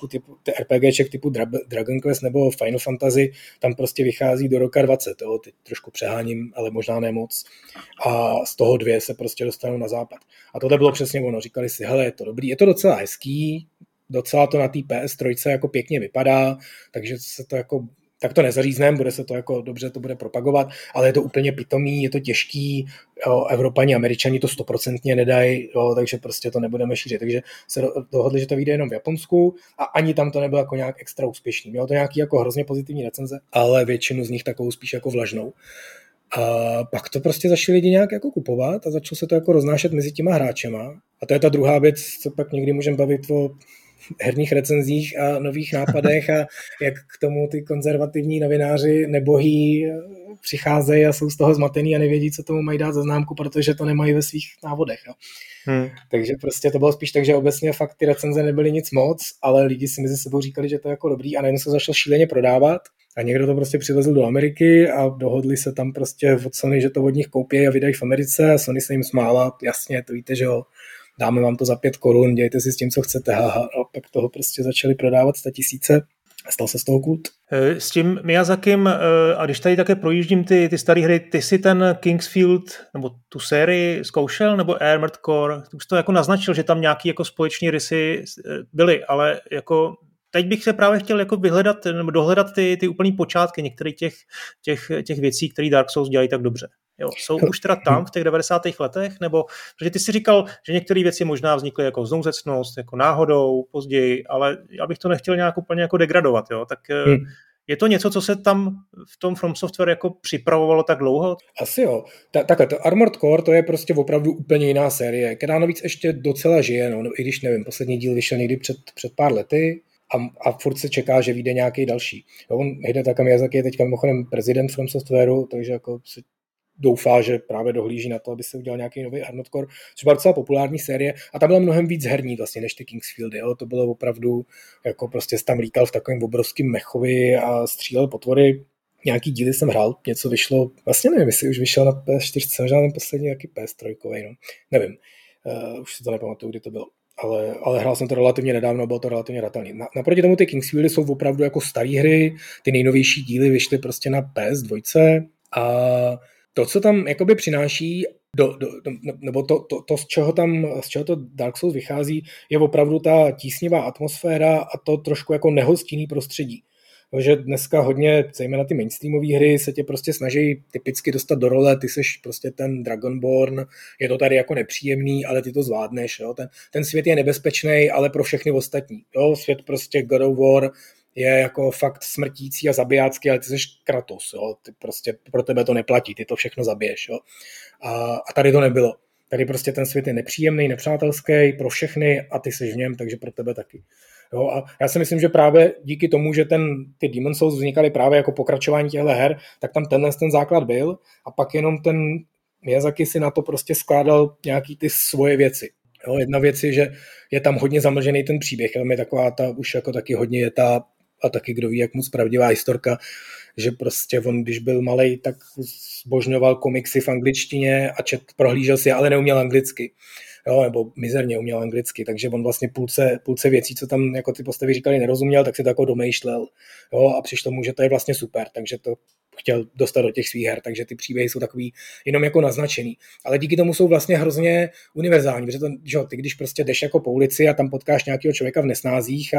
RPGček typu Dragon Quest nebo Final Fantasy tam prostě vychází do roka 20. Jo? Teď trošku přeháním, ale možná ne moc. A z toho 2 se prostě dostanou na západ. A tohle bylo přesně ono. Říkali si, hele, je to dobrý, je to docela hezký, docela to na té PS3 jako pěkně vypadá, takže se to jako tak to nezařízneme, bude se to jako dobře, to bude propagovat, ale je to úplně pitomý, je to těžký, jo, Evropani, Američani to 100% nedají, jo, takže prostě to nebudeme šířit. Takže se dohodli, že to vyjde jenom v Japonsku a ani tam to nebylo jako nějak extra úspěšný. Mělo to nějaký jako hrozně pozitivní recenze, ale většinu z nich takovou spíš jako vlažnou. A pak to prostě začali lidi nějak jako kupovat a začalo se to jako roznášet mezi těma hráčema. A to je ta druhá věc, co pak někdy můžeme bavit o herních recenzích a nových nápadech a jak k tomu ty konzervativní novináři nebohý přicházejí a jsou z toho zmatený a nevědí, co tomu mají dát za známku, protože to nemají ve svých návodech. Jo. Takže prostě to bylo spíš tak, že obecně fakt ty recenze nebyly nic moc, ale lidi si mezi sebou říkali, že to je jako dobrý a najednou se začal šíleně prodávat a někdo to prostě přivezl do Ameriky a dohodli se tam prostě od Sony, že to od nich koupí a vydají v Americe a Sony se jim smála, jasně, to víte, že jo. Dáme vám to za 5 korun, dějte si s tím, co chcete, haha. A pak toho prostě začali prodávat 100 000 a stal se z toho kult. S tím Miyazakim, a když tady také projíždím ty staré hry, ty si ten Kingsfield, nebo tu sérii zkoušel, nebo Armored Core, ty už to jako naznačil, že tam nějaký jako společní rysy byly, ale jako teď bych se právě chtěl jako vyhledat, nebo dohledat ty úplný počátky některých těch věcí, které Dark Souls dělají tak dobře. Jo, jsou už teda tam v těch 90. letech, nebo protože ty si říkal, že některé věci možná vznikly jako znouzecnost, jako náhodou, později, ale já bych to nechtěl nějak úplně jako degradovat, jo, tak je to něco, co se tam v tom From Software jako připravovalo tak dlouho? Asi jo. Takhle, to Armored Core, to je prostě opravdu úplně jiná série, která navíc ještě docela žije, no, i když nevím, poslední díl vyšel někdy před pár lety a furt se čeká, že vyjde nějaký další. Jo, Hidetaka Miyazaki je teďka mimochodem prezident From Softwareu, takže jako doufá, že právě dohlíží na to, aby se udělal nějaký nový Armored Core, což byla docela populární série a ta byla mnohem víc herní vlastně než ty Kingsfieldy. Jo? To bylo opravdu, jako prostě tam lítal v takovém obrovském mechovi a střílel potvory. Nějaký díly jsem hrál, něco vyšlo, vlastně nevím, jestli už vyšel na PS4, možná ten poslední nějaký PS3, no. Nevím, už si to nepamatuju, kdy to bylo. Ale hrál jsem to relativně nedávno, bylo to relativně hratelný. Naproti tomu ty Kingsfieldy jsou opravdu jako staré hry, ty nejnovější díly vyšly prostě na PS2 a to, co tam jakoby přináší, nebo to z čeho to Dark Souls vychází, je opravdu ta tísnivá atmosféra a to trošku jako nehostinný prostředí. Takže dneska hodně, zejména ty mainstreamové hry, se tě prostě snaží typicky dostat do role, ty seš prostě ten Dragonborn, je to tady jako nepříjemný, ale ty to zvládneš. Jo? Ten svět je nebezpečný, ale pro všechny ostatní. Jo? Svět prostě God of War je jako fakt smrtící a zabijácký, ale ty seš Kratos. Jo? Ty prostě pro tebe to neplatí, ty to všechno zabiješ. Jo? A tady to nebylo. Tady prostě ten svět je nepříjemný, nepřátelský pro všechny a ty seš v něm, takže pro tebe taky. Jo, a já si myslím, že právě díky tomu, že ty Demon's Souls vznikaly právě jako pokračování těchto her, tak tam ten základ byl a pak jenom ten Miyazaki si na to prostě skládal nějaký ty svoje věci. Jo, jedna věc je, že je tam hodně zamlžený ten příběh, je taková ta už jako taky hodně je ta, a taky kdo ví, jak moc pravdivá historka, že prostě on, když byl malej, tak zbožňoval komiksy v angličtině a prohlížel si, ale neuměl anglicky. Jo, nebo mizerně uměl anglicky, takže on vlastně půlce věcí, co tam jako ty postavy říkali, nerozuměl, tak si to jako domýšlel. Jo, a přišlo mu, že to je vlastně super, takže to chtěl dostat do těch svých her, takže ty příběhy jsou takový jenom jako naznačený. Ale díky tomu jsou vlastně hrozně univerzální, protože ty když prostě jdeš jako po ulici a tam potkáš nějakého člověka v nesnázích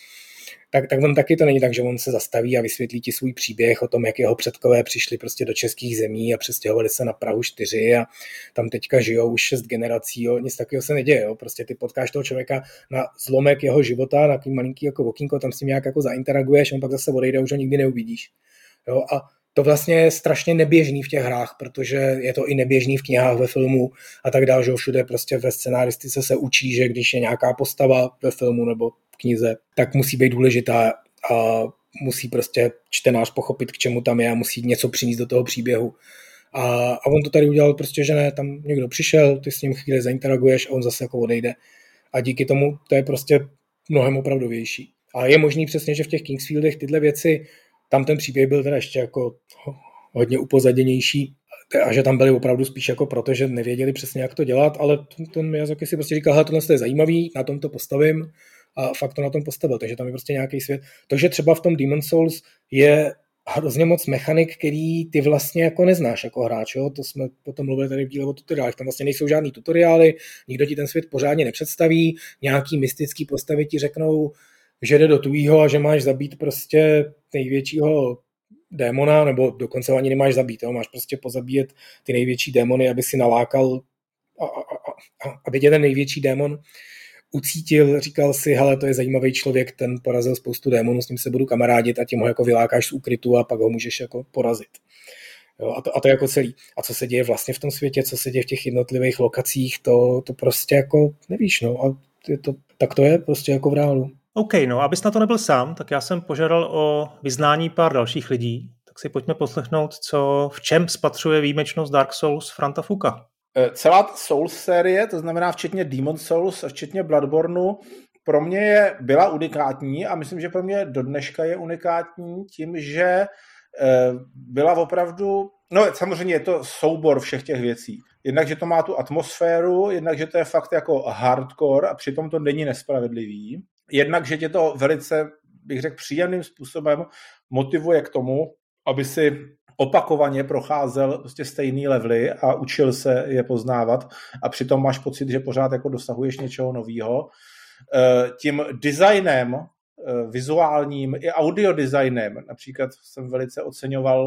tak on taky to není tak, že on se zastaví a vysvětlí ti svůj příběh o tom, jak jeho předkové přišli prostě do českých zemí a přestěhovali se na Prahu 4 a tam teďka žijou už 6 generací, jo, nic takového se neděje, jo. Prostě ty potkáš toho člověka na zlomek jeho života, na takový malinký jako okýnko, tam s ním nějak jako zainteraguješ, on pak zase odejde, už ho nikdy neuvidíš. Jo, a to vlastně je strašně neběžný v těch hrách, protože je to i neběžný v knihách, ve filmu a tak dále, že všude prostě ve scenaristice se učí, že když je nějaká postava ve filmu nebo v knize, tak musí být důležitá a musí prostě čtenář pochopit, k čemu tam je a musí něco přinést do toho příběhu. A on to tady udělal prostě, že ne, tam někdo přišel, ty s ním chvíli zainteraguješ a on zase jako odejde. A díky tomu to je prostě mnohem opravdovější. A je možný přesně, že v těch Kingsfieldech tyhle věci, tam ten příběh byl teda ještě jako hodně upozaděnější a že tam byli opravdu spíš jako proto, že nevěděli přesně, jak to dělat, ale ten Miyazaki si prostě říkal, hele, tohle je zajímavý, na tom to postavím a fakt to na tom postavil, takže tam je prostě nějaký svět. To, že třeba v tom Demon's Souls je hrozně moc mechanik, který ty vlastně jako neznáš jako hráč, jo? To jsme potom mluvili tady v díle o tutoriálech, tam vlastně nejsou žádný tutoriály, nikdo ti ten svět pořádně nepředstaví, nějaký mystický postavy ti řeknou, že jde do tvýho a že máš zabít prostě největšího démona, nebo dokonce ani nemáš zabít, jo? Máš prostě pozabíjet ty největší démony, aby si nalákal, aby tě ten největší démon ucítil, říkal si, hele, to je zajímavý člověk, ten porazil spoustu démonů, s ním se budu kamarádit a tím ho jako vylákáš z úkrytu a pak ho můžeš jako porazit. Jo, a to je jako celý. A co se děje vlastně v tom světě, co se děje v těch jednotlivých lokacích, to prostě jako nevíš, no. A tak to je prostě jako v reálu. OK, no, abys na to nebyl sám, tak já jsem požádal o vyznání pár dalších lidí, tak si pojďme poslechnout, v čem spatřuje výjimečnost Dark Souls Franta Fuka. Celá Souls série, to znamená včetně Demon's Souls a včetně Bloodborneu, pro mě byla unikátní a myslím, že pro mě do dneška je unikátní tím, že byla opravdu, no samozřejmě je to soubor všech těch věcí. Jednak, že to má tu atmosféru, jednak, že to je fakt jako hardcore a přitom to není nespravedlivý. Jednak, že tě to velice, bych řekl, příjemným způsobem motivuje k tomu, aby si opakovaně procházel prostě stejný levely a učil se je poznávat a přitom máš pocit, že pořád jako dosahuješ něčeho nového. Tím designem, vizuálním i audio designem, například jsem velice oceňoval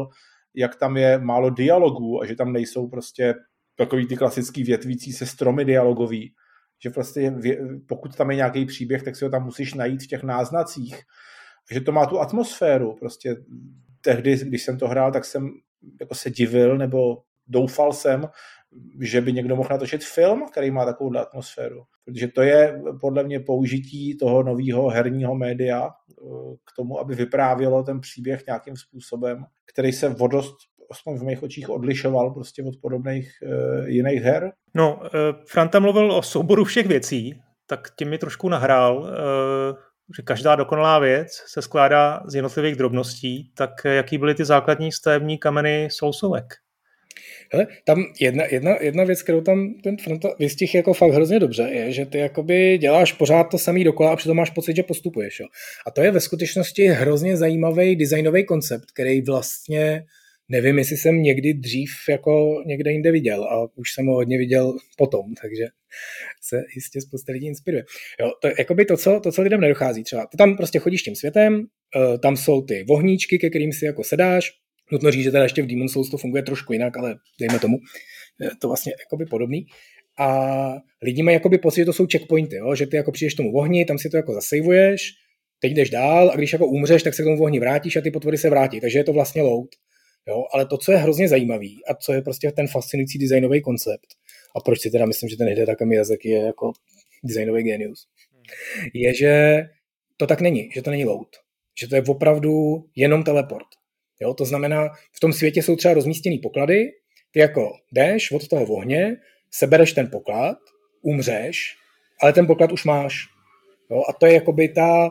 jak tam je málo dialogů a že tam nejsou prostě takový ty klasický větvící se stromy dialogový, že prostě pokud tam je nějaký příběh, tak si ho tam musíš najít v těch náznacích. Že to má tu atmosféru. Prostě tehdy, když jsem to hrál, tak jsem jako se divil, nebo doufal jsem, že by někdo mohl natočit film, který má takovou atmosféru. Protože to je podle mě použití toho nového herního média k tomu, aby vyprávělo ten příběh nějakým způsobem, který se vodost, aspoň v mých očích, odlišoval prostě od podobných jiných her. No, Franta mluvil o souboru všech věcí, tak tím mi trošku nahrál, že každá dokonalá věc se skládá z jednotlivých drobností, tak jaký byly ty základní stavební kameny sousovek? Hele, tam jedna věc, kterou tam ten Franta vystihl jako fakt hrozně dobře, je, že ty jakoby děláš pořád to samý dokola a přitom máš pocit, že postupuješ. Jo. A to je ve skutečnosti hrozně zajímavý designový koncept, který vlastně nevím, jestli jsem někdy dřív jako někde jinde viděl a už jsem ho hodně viděl potom, takže se jistě spousta lidí inspiruje. Jo, to je jakoby to, co lidem nedochází třeba. Ty tam prostě chodíš tím světem, tam jsou ty vohníčky, ke kterým si jako sedáš. Nutno říct, že teda ještě v Demon's Souls to funguje trošku jinak, ale dejme tomu, je to vlastně jakoby podobný. A lidi mají jakoby pocit, že to jsou checkpointy, jo? Že ty jako přijdeš tomu ohni, tam si to jako zasejvuješ, teď jdeš dál a když jako umřeš, tak se k tomu ohni vrátíš a ty potvory se vrátí, takže je to vlastně load. Jo? Ale to, co je hrozně zajímavý a co je prostě ten fascinující designový koncept, a proč si teda myslím, že ten Hidetaka Miyazaki je jako designový genius, je, že to tak není, že to není load, že to je opravdu jenom teleport. Jo, to znamená, v tom světě jsou třeba rozmístěný poklady, ty jako jdeš od toho ohně, sebereš ten poklad, umřeš, ale ten poklad už máš. Jo, a to je jakoby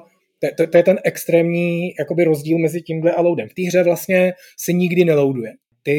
to je ten extrémní jakoby rozdíl mezi tímhle a loadem. V té hře vlastně se nikdy neloaduje.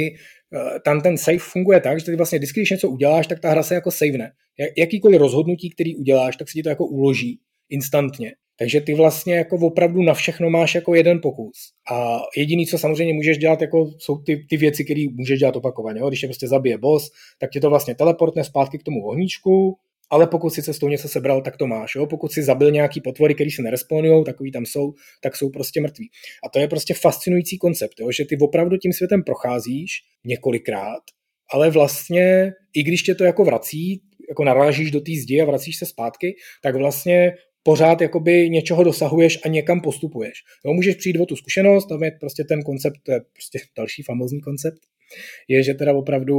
Tam ten save funguje tak, že ty vlastně vždycky, když něco uděláš, tak ta hra se jako savene. Jakýkoliv rozhodnutí, který uděláš, tak se ti to jako uloží instantně. Takže ty vlastně jako opravdu na všechno máš jako jeden pokus. A jediný, co samozřejmě můžeš dělat, jako jsou ty věci, které můžeš dělat opakovaně. Jo? Když tě prostě zabije boss, tak tě to vlastně teleportne zpátky k tomu ohníčku, ale pokud si cestou něco sebral, tak to máš. Jo? Pokud si zabil nějaký potvory, který se nerespawnujou, takový tam jsou, tak jsou prostě mrtví. A to je prostě fascinující koncept, jo? Že ty opravdu tím světem procházíš několikrát, ale vlastně, i když tě to jako vrací, jako narážíš do té zdi a vracíš se zpátky, tak vlastně pořád jakoby něčeho dosahuješ a někam postupuješ. Jo, můžeš přijít o tu zkušenost, tam je prostě ten koncept, to je prostě další famózní koncept, je, že teda opravdu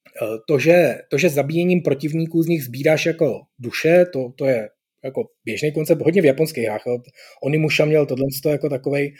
to, že zabíjením protivníků z nich sbíráš jako duše, to je jako běžný koncept, hodně v japonských hrách. Onimusha měl tohle jako takovej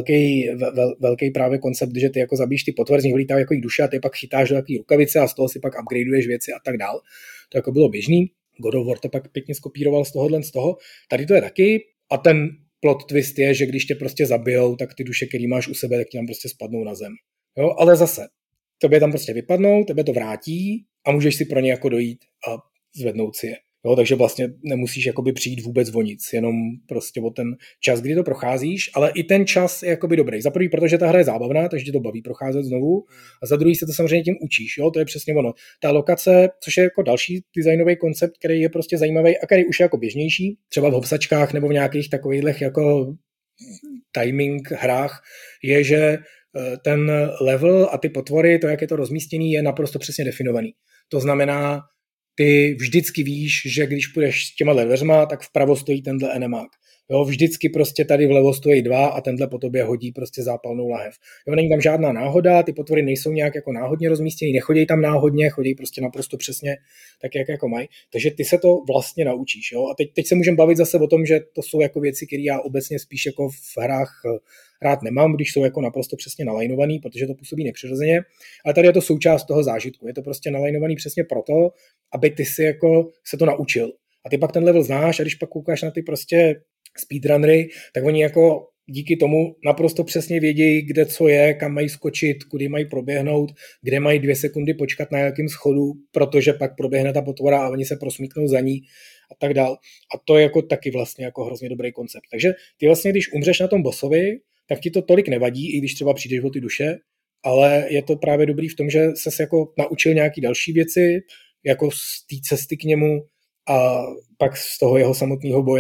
velký právě koncept, že ty jako zabíjíš ty potvory, z nich vylítají jako duše a ty pak chytáš do takové rukavice a z toho si pak upgradeuješ věci a tak dál. To jako bylo běžný. God of War to pak pěkně skopíroval z toho. Tady to je taky a ten plot twist je, že když tě prostě zabijou, tak ty duše, který máš u sebe, tak ti tam prostě spadnou na zem. Jo, ale zase, tobě tam prostě vypadnou, tebe to vrátí a můžeš si pro ně jako dojít a zvednout si je. Jo, takže vlastně nemusíš jakoby přijít vůbec o nic, jenom prostě o ten čas, kdy to procházíš, ale i ten čas je jakoby dobrý. Za prvý, protože ta hra je zábavná, takže tě to baví procházet znovu, a za druhý se to samozřejmě tím učíš, jo, to je přesně ono. Ta lokace, což je jako další designový koncept, který je prostě zajímavý a který už je jako běžnější, třeba v hopsačkách nebo v nějakých takových jako timing hrách, je, že ten level a ty potvory, to, jak je to rozmístěný, je naprosto přesně definovaný. To znamená, ty vždycky víš, že když půjdeš s těma dveřma, tak vpravo stojí tenhle enemák. Jo, vždycky prostě tady vlevo stojí 2 a tenhle po tobě hodí prostě zápalnou lahev. Jo, není tam žádná náhoda, ty potvory nejsou nějak jako náhodně rozmístěný, nechodí tam náhodně, chodí prostě naprosto přesně tak, jak jako mají. Takže ty se to vlastně naučíš. Jo? A teď se můžeme bavit zase o tom, že to jsou jako věci, které já obecně spíš jako v hrách rád nemám, když jsou jako naprosto přesně nalajnovaný, protože to působí nepřirozeně. Ale tady je to součást toho zážitku. Je to prostě nalajnovaný přesně proto, aby ty si jako se to naučil. A ty pak ten level znáš a když pak koukáš na ty prostě speedrunnery, tak oni jako díky tomu naprosto přesně vědějí, kde co je, kam mají skočit, kudy mají proběhnout, kde mají 2 sekundy počkat na nějakým schodu, protože pak proběhne ta potvora a oni se prosmíknou za ní a tak dál. A to je jako taky vlastně jako hrozně dobrý koncept. Takže ty vlastně, když umřeš na tom bossovi, tak ti to tolik nevadí, i když třeba přijdeš o ty duše, ale je to právě dobrý v tom, že ses jako naučil nějaký další věci, jako z té cesty k němu a pak z toho jeho samotného boje.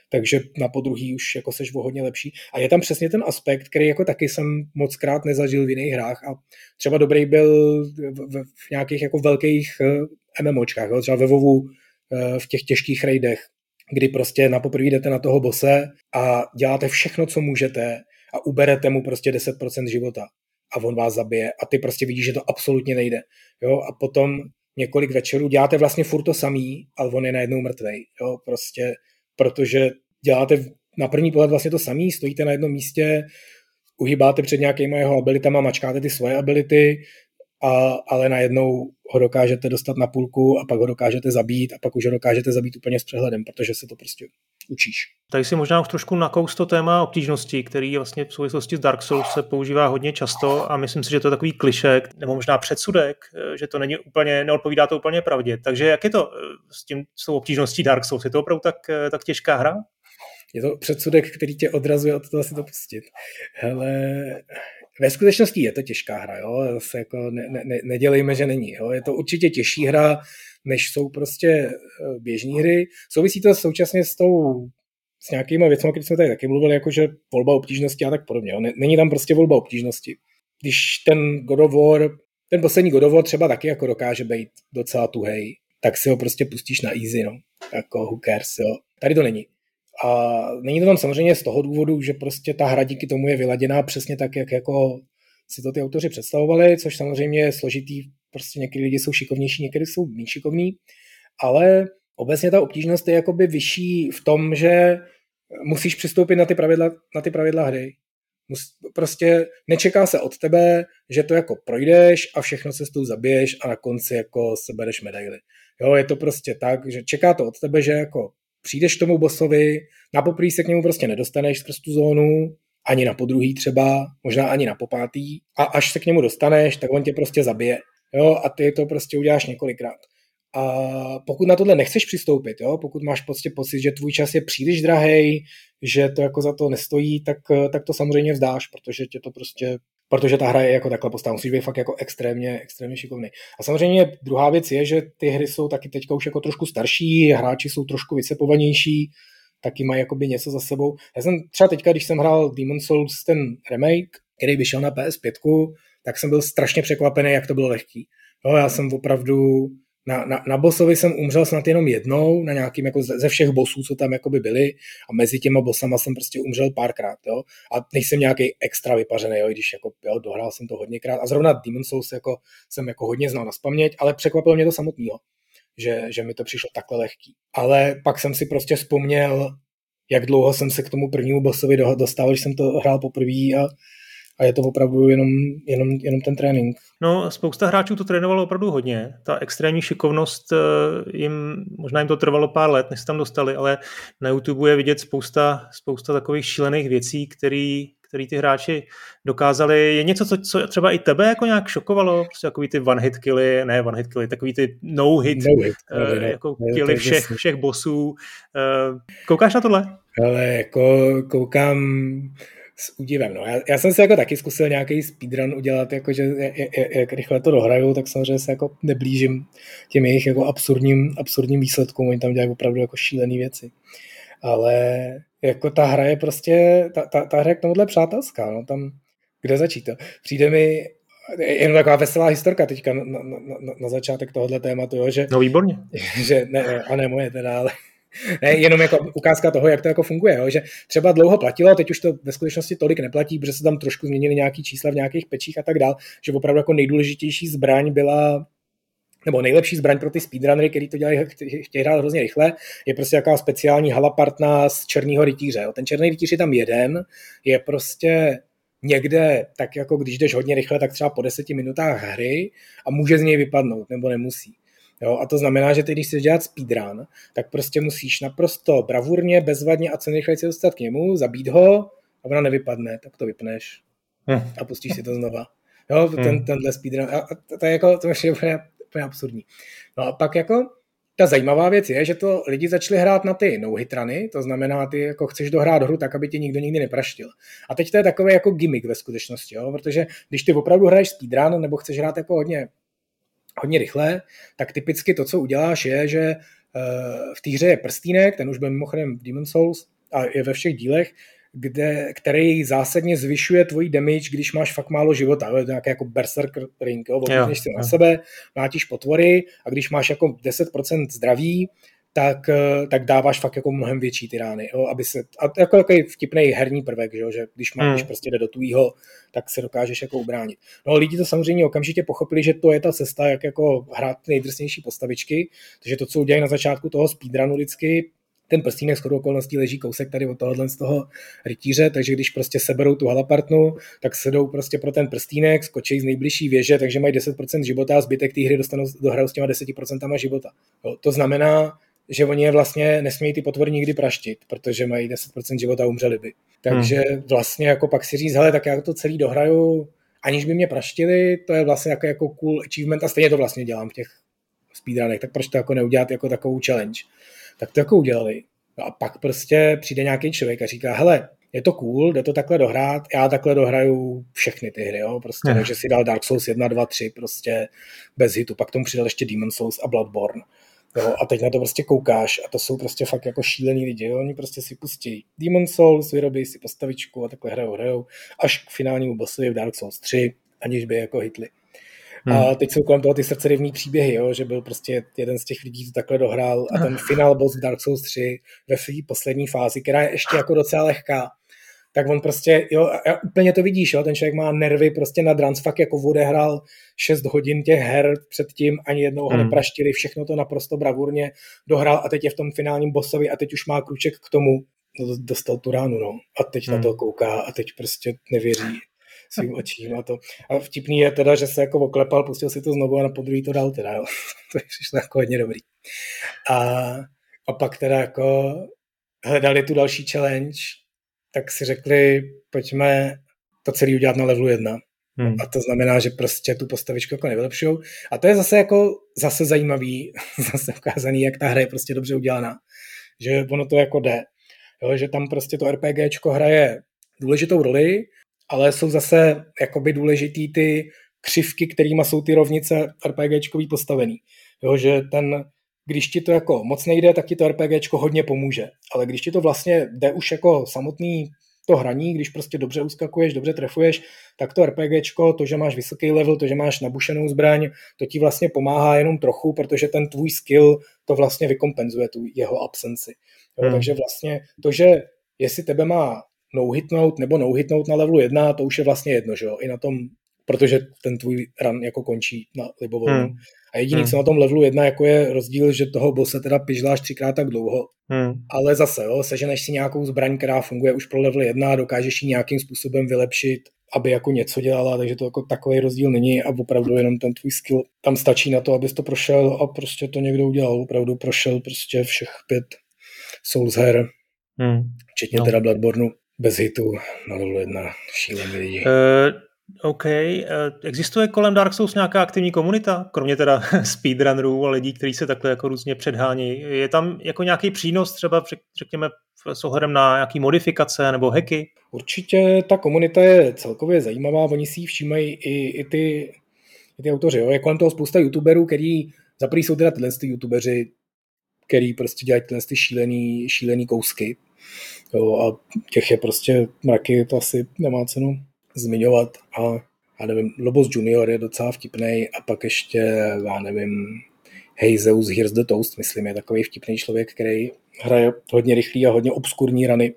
takže na podruhý už jako seš o hodně lepší. A je tam přesně ten aspekt, který jako taky jsem mockrát nezažil v jiných hrách a třeba dobrý byl v nějakých jako velkých MMOčkách, jo? Třeba ve WoWu v těch těžkých raidech, kdy prostě na poprvé jdete na toho bose a děláte všechno, co můžete a uberete mu prostě 10% života a on vás zabije a ty prostě vidíš, že to absolutně nejde. Jo? A potom několik večerů děláte vlastně furt to samý, ale on je najednou mrtvej. Jo? Prostě, protože děláte na první pohled vlastně to samý, stojíte na jednom místě, uhýbáte před nějakýma jeho abilitama, mačkáte ty svoje ability, ale najednou ho dokážete dostat na půlku a pak ho dokážete zabít a pak už ho dokážete zabít úplně s přehledem, protože se to prostě učíš. Tady si možná už trošku nakous to téma obtížnosti, který vlastně v souvislosti s Dark Souls se používá hodně často a myslím si, že to je takový klišek nebo možná předsudek, že to není úplně, neodpovídá to úplně pravdě. Takže jak je to s tou obtížností Dark Souls? Je to opravdu tak těžká hra? Je to předsudek, který tě odrazuje od toho si to pustit. Hele, ve skutečnosti je to těžká hra, jo? Zase jako nedělejme, že není. Jo? Je to určitě těžší hra, než jsou prostě běžné hry. Souvisí to současně s nějakýma věcmi, které jsme tady taky mluvili, jakože volba obtížnosti a tak podobně. Jo? Není tam prostě volba obtížnosti. Když ten poslední God of War třeba taky jako dokáže být docela tuhej, tak si ho prostě pustíš na easy, no. Jako who cares, jo. Tady to není. A není to tam samozřejmě z toho důvodu, že prostě ta hra díky tomu je vyladěná přesně tak, jak jako si to ty autoři představovali, což samozřejmě je složitý, prostě některý lidi jsou šikovnější, některý jsou méně šikovní, ale obecně ta obtížnost je jakoby vyšší v tom, že musíš přistoupit na ty pravidla hry. Prostě nečeká se od tebe, že to jako projdeš a všechno se s tou zabiješ a na konci jako sebereš medaily. Jo, je to prostě tak, že čeká to od tebe, že jako přijdeš k tomu bossovi, na poprvé se k němu prostě nedostaneš skrz tu zónu, ani na podruhý třeba, možná ani na popátý, a až se k němu dostaneš, tak on tě prostě zabije. Jo, a ty to prostě uděláš několikrát. A pokud na tohle nechceš přistoupit, jo, pokud máš prostě pocit, že tvůj čas je příliš drahej, že to jako za to nestojí, tak to samozřejmě vzdáš, protože ta hra je jako takhle postavena. Musíš být fakt jako extrémně šikovný. A samozřejmě druhá věc je, že ty hry jsou taky teďka už jako trošku starší, hráči jsou trošku vycepovanější, taky mají jakoby něco za sebou. Já jsem třeba teďka, když jsem hrál Demon's Souls, ten remake, který vyšel na PS5, tak jsem byl strašně překvapený, jak to bylo lehký. Jo, já jsem opravdu na bossovi jsem umřel snad jenom jednou, na nějakým jako ze všech bossů, co tam jakoby byli, a mezi těma bossama jsem prostě umřel párkrát, jo. A nejsem nějaký extra vypařený, jo, když jako, jo, dohrál jsem to hodněkrát. A zrovna Demon's Souls jako, jsem jako hodně znal nazpaměť, ale překvapilo mě to samotného, že mi to přišlo takhle lehký. Ale pak jsem si prostě vzpomněl, jak dlouho jsem se k tomu prvnímu bossovi dostal, když jsem to hrál poprvé a je to opravdu jenom ten trénink. No, spousta hráčů to trénovalo opravdu hodně. Ta extrémní šikovnost, možná jim to trvalo pár let, než se tam dostali, ale na YouTube je vidět spousta takových šílených věcí, který ty hráči dokázali. Je něco, co třeba i tebe jako nějak šokovalo? Prostě takový ty one-hit killy, takový ty no-hit jako killy všech bossů. Koukáš na tohle? Ale jako koukám s údivem. No. Já jsem si jako taky zkusil nějaký speedrun udělat, jakože jak rychle to dohraju, tak samozřejmě se jako neblížím těm jejich jako absurdním výsledkům. Oni tam dělají opravdu jako šílený věci. Ale jako ta hra je prostě, ta hra je k tomuhle přátelská. No. Tam, kde začít to? Přijde mi jen taková veselá historka teďka na začátek tohohle tématu, jo, že... No výborně. Že ne moje teda, ale... Ne, jenom jako ukázka toho, jak to jako funguje, jo? Že třeba dlouho platilo, teď už to ve skutečnosti tolik neplatí, protože se tam trošku změnily nějaký čísla v nějakých pečích a tak dál, že opravdu jako nejdůležitější zbraň byla, nebo nejlepší zbraň pro ty speedrunnery, který to dělají, chtějí hrát hrozně rychle, je prostě jaká speciální halapartna z černýho rytíře. Jo? Ten černý rytíř je tam jeden, je prostě někde, tak jako když jdeš hodně rychle, tak třeba po 10 minutách hry a může z něj vypadnout, nebo nemusí. Jo, a to znamená, že ty, když chceš dělat speedrun, tak prostě musíš naprosto bravurně, bezvadně a co nejrychleji se dostat k němu, zabít ho a ona nevypadne, tak to vypneš a pustíš si to znova. Jo, tenhle speedrun. A to je jako, to je úplně absurdní. No a pak jako ta zajímavá věc je, že to lidi začali hrát na ty no-hit runy, to znamená, ty jako chceš dohrát hru tak, aby tě nikdo nikdy nepraštil. A teď to je takový jako gimmick ve skutečnosti, jo, protože když ty opravdu hraješ speedrun nebo chceš hrát jako hodně rychle, tak typicky to, co uděláš, je, že v té hře je prstínek, ten už byl mimochodem v Demon's Souls, a je ve všech dílech, který zásadně zvyšuje tvojí damage, když máš fakt málo života. To je nějaký jako berserker ring, odmítneš si na sebe, mlátíš potvory a když máš jako 10% zdraví, tak dáváš fakt jako mnohem větší ty rány, jo, aby se, a jako takový vtipnej herní prvek, že když prostě jde do tvýho, tak se dokážeš jako ubránit. No lidi to samozřejmě okamžitě pochopili, že to je ta cesta, jak jako hrát nejdrsnější postavičky, takže to, co udělají na začátku toho speedrunu vždycky, ten prstínek shodou okolností leží kousek tady od tohohle z toho rytíře, takže když prostě seberou tu halapartnu, tak se jdou prostě pro ten prstínek, skočí z nejbližší věže, takže mají 10% života a zbytek té hry dostanou do hry s těma 10% života. Jo, to znamená, že oni je vlastně nesmějí ty potvory nikdy praštit, protože mají 10% života a umřeli by. Takže vlastně jako pak si říct, hele, tak já to celý dohraju, aniž by mě praštili, to je vlastně jako cool achievement a stejně to vlastně dělám v těch speedrunech, tak proč to jako neudělat jako takovou challenge. Tak to jako udělali. No a pak prostě přijde nějaký člověk a říká, hele, je to cool, jde to takhle dohrát, já takhle dohraju všechny ty hry, jo, prostě, takže si dal Dark Souls 1, 2, 3, prostě bez hitu, pak tomu přidal ještě Demon Souls a Bloodborne. Jo, a teď na to prostě koukáš a to jsou prostě fakt jako šílený lidi, jo? Oni prostě si pustí Demon Souls, vyrobí si postavičku a takhle hrajou, až k finálnímu bossovi v Dark Souls 3, aniž by jako hitli. A teď jsou kolem toho ty srdcerivný příběhy, jo? Že byl prostě jeden z těch lidí, co takhle dohrál a ten final boss v Dark Souls 3 ve své poslední fázi, která je ještě jako docela lehká, tak on prostě, jo, a úplně to vidíš, jo, ten člověk má nervy prostě na drans, fakt jako odehrál 6 hodin těch her předtím, ani jednou ho nepraštili, všechno to naprosto bravurně dohrál a teď je v tom finálním bossovi a teď už má kruček k tomu, dostal tu ránu, no, a teď na to kouká a teď prostě nevěří svým očím a to. A vtipný je teda, že se jako oklepal, pustil si to znovu a na podruhý to dal teda, jo. To je přišlo jako hodně dobrý. A pak teda jako hledali tu další challenge, tak si řekli, pojďme to celé udělat na levelu 1. A to znamená, že prostě tu postavičku jako nevylepšujou. A to je zase zajímavý, zase ukázaný, jak ta hra je prostě dobře udělaná. Že ono to jako jde. Jo, že tam prostě to RPGčko hraje důležitou roli, ale jsou zase jakoby důležitý ty křivky, kterýma jsou ty rovnice RPGčkový postavený. Jo, že když ti to jako moc nejde, tak ti to RPGčko hodně pomůže. Ale když ti to vlastně jde už jako samotný to hraní, když prostě dobře uskakuješ, dobře trefuješ, tak to RPGčko, to, že máš vysoký level, to, že máš nabušenou zbraň, to ti vlastně pomáhá jenom trochu, protože ten tvůj skill to vlastně vykompenzuje tu jeho absenci. Jo, takže vlastně to, že jestli tebe má no-hitnout nebo no-hitnout na levelu 1, to už je vlastně jedno, že jo, i na tom, protože ten tvůj run jako končí na libovolnu. A jediný, co na tom levelu 1 jako je rozdíl, že toho bosse teda pižláš 3krát tak dlouho. Ale zase, jo, seženeš si nějakou zbraň, která funguje už pro level 1 a dokážeš ji nějakým způsobem vylepšit, aby jako něco dělala, takže to jako takový rozdíl není a opravdu jenom ten tvůj skill tam stačí na to, abys to prošel a prostě to někdo udělal. Opravdu prošel prostě všech 5 Souls her, včetně teda Bloodborneu, bez hitu na level 1, šílený lidi. OK. Existuje kolem Dark Souls nějaká aktivní komunita? Kromě teda speedrunnerů a lidí, kteří se takhle jako různě předhání. Je tam jako nějaký přínos třeba, řekněme, s ohledem na nějaký modifikace nebo hacky? Určitě ta komunita je celkově zajímavá. Oni si ji všímají i ty autoři. Jo. Je kolem toho spousta youtuberů, který zaprý jsou teda tyhle youtubeři, který prostě dělají tyhle šílený kousky. Jo, a těch je prostě mraky, to asi nemá cenu zmiňovat a nevím, Lobos Junior je docela vtipnej a pak ještě, já nevím, Hey Zeus Here's the Toast, myslím, je takový vtipný člověk, který hraje hodně rychlý a hodně obskurní rany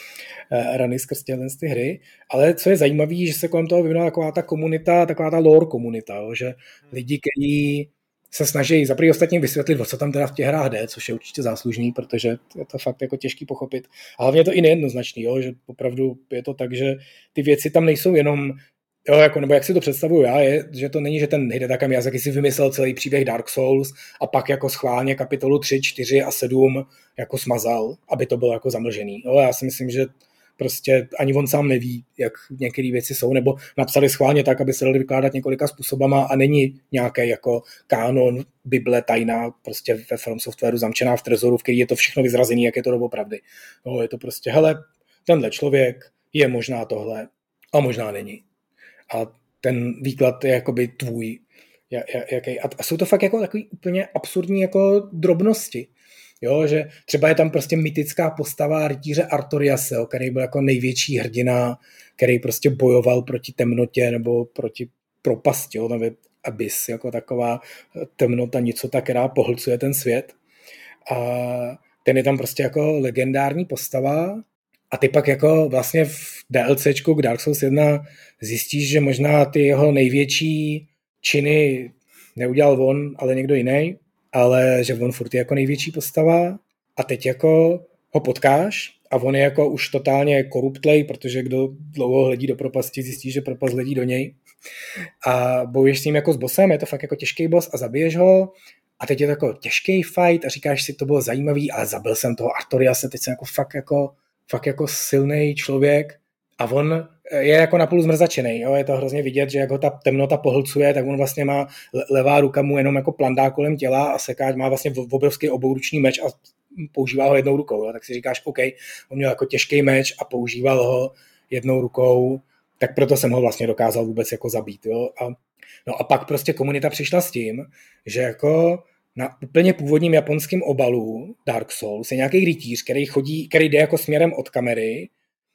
skrz ty hry, ale co je zajímavé, že se kolem toho vyvinula taková ta komunita, taková ta lore komunita, jo, že lidi, kteří se snaží za první ostatním vysvětlit, o co tam teda v těch hrách jde, což je určitě záslužný, protože je to fakt jako těžký pochopit. A hlavně je to i nejednoznačný, jo, že opravdu je to tak, že ty věci tam nejsou jenom, jo, jako, nebo jak si to představuju já, je, že to není, že ten Hidetaka Miyazaki si vymyslel celý příběh Dark Souls a pak jako schválně kapitolu 3, 4 a 7 jako smazal, aby to bylo jako zamlžený. Jo, já si myslím, že prostě ani on sám neví, jak některé věci jsou, nebo napsali schválně tak, aby se dali vykládat několika způsobama a není nějaký jako kánon, bible tajná, prostě ve From Softwareu zamčená v trezoru, v který je to všechno vyzrazený, jak je to doopravdy. No, je to prostě, hele, tenhle člověk je možná tohle a možná není. A ten výklad je jakoby tvůj. A jsou to fakt jako takový úplně absurdní jako drobnosti. Jo, že třeba je tam prostě mytická postava rytíře Artoriase, který byl jako největší hrdina, který prostě bojoval proti temnotě nebo proti propasti, jo, nebo abyss, jako taková temnota, nicota, která pohlcuje ten svět. A ten je tam prostě jako legendární postava a ty pak jako vlastně v DLCčku k Dark Souls 1 zjistíš, že možná ty jeho největší činy neudělal on, ale někdo jiný, ale že on furt je jako největší postava a teď jako ho potkáš a on je jako už totálně koruptlej, protože kdo dlouho hledí do propasti, zjistí, že propast hledí do něj a bojuješ s ním jako s bossem, je to fakt jako těžký boss a zabiješ ho a teď je to jako těžký fight a říkáš si, to bylo zajímavý, ale zabil jsem toho Artoriase, teď jsem jako fakt jako silný člověk a on je jako napůl zmrzačený, jo? Je to hrozně vidět, že jak ho ta temnota pohlcuje, tak on vlastně má levá ruka mu jenom jako plandá kolem těla a sekáč má vlastně obrovský obouruční meč a používá ho jednou rukou, jo? Tak si říkáš, OK, on měl jako těžký meč a používal ho jednou rukou, tak proto jsem ho vlastně dokázal vůbec jako zabít, jo? A pak prostě komunita přišla s tím, že jako na úplně původním japonském obalu Dark Souls je nějaký rytíř, který jde jako směrem od kamery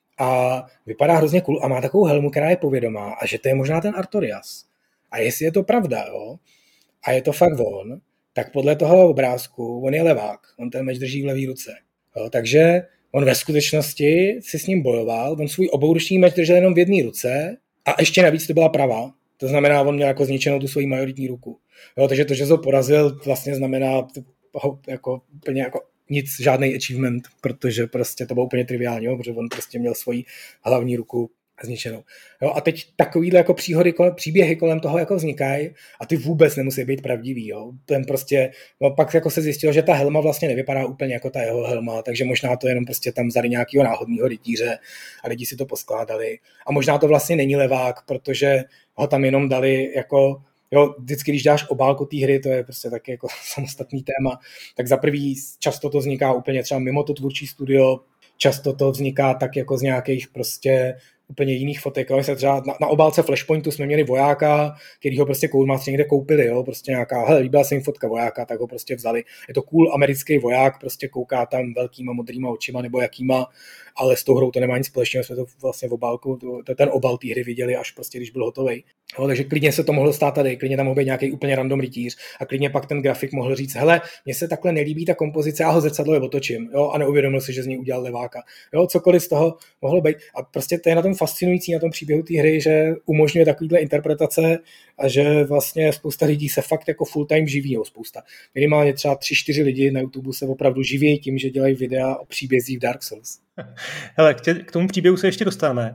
a vypadá hrozně cool a má takovou helmu, která je povědomá a že to je možná ten Artorias. A jestli je to pravda, jo, a je to fakt on, tak podle toho obrázku on je levák, on ten meč drží v levý ruce. Jo, takže on ve skutečnosti si s ním bojoval, on svůj obouruční meč držel jenom v jedné ruce a ještě navíc to byla pravá. To znamená, on měl jako zničenou tu svoji majoritní ruku. Jo, takže to, že ho porazil, vlastně znamená jako úplně jako nic, žádný achievement, protože prostě to bylo úplně triviální, jo, protože on prostě měl svoji hlavní ruku zničenou. Jo, a teď takovýhle jako příběhy kolem toho jako vznikají a ty vůbec nemusí být pravdivý. Jo. Ten prostě, no, pak jako se zjistilo, že ta helma vlastně nevypadá úplně jako ta jeho helma, takže možná to jenom prostě tam vzali nějakého náhodného rytíře a lidi si to poskládali. A možná to vlastně není levák, protože ho tam jenom dali jako, jo, vždycky, když dáš obálku té hry, to je prostě taky jako samostatný téma, tak za prvý často to vzniká úplně třeba mimo to tvůrčí studio, často to vzniká tak jako z nějakých prostě úplně jiných fotek. Jo. Třeba na obálce Flashpointu jsme měli vojáka, kterýho prostě Codemasters někde koupili, jo. Prostě nějaká, hele, líbila se jim fotka vojáka, tak ho prostě vzali. Je to cool americký voják, prostě kouká tam velkýma modrýma očima nebo jakýma, ale s tou hrou to nemá nic společného, jsme to vlastně v obálku, ten obal té hry viděli až prostě, když byl hotovej. Jo, takže klidně se to mohlo stát tady, klidně tam mohl být nějaký úplně random rytíř a klidně pak ten grafik mohl říct, hele, mně se takhle nelíbí ta kompozice, já ho zrcadlově otočím, jo, a neuvědomil si, že z ní udělal leváka. Jo, cokoliv z toho mohlo být. A prostě to je na tom fascinující, na tom příběhu té hry, že umožňuje takovýhle interpretace a že vlastně spousta lidí se fakt jako full time živí, jo, spousta. Minimálně třeba 3-4 lidi na YouTube se opravdu živí tím, že dělají videa o příbězích v Dark Souls. Hele, k tomu příběhu se ještě dostaneme,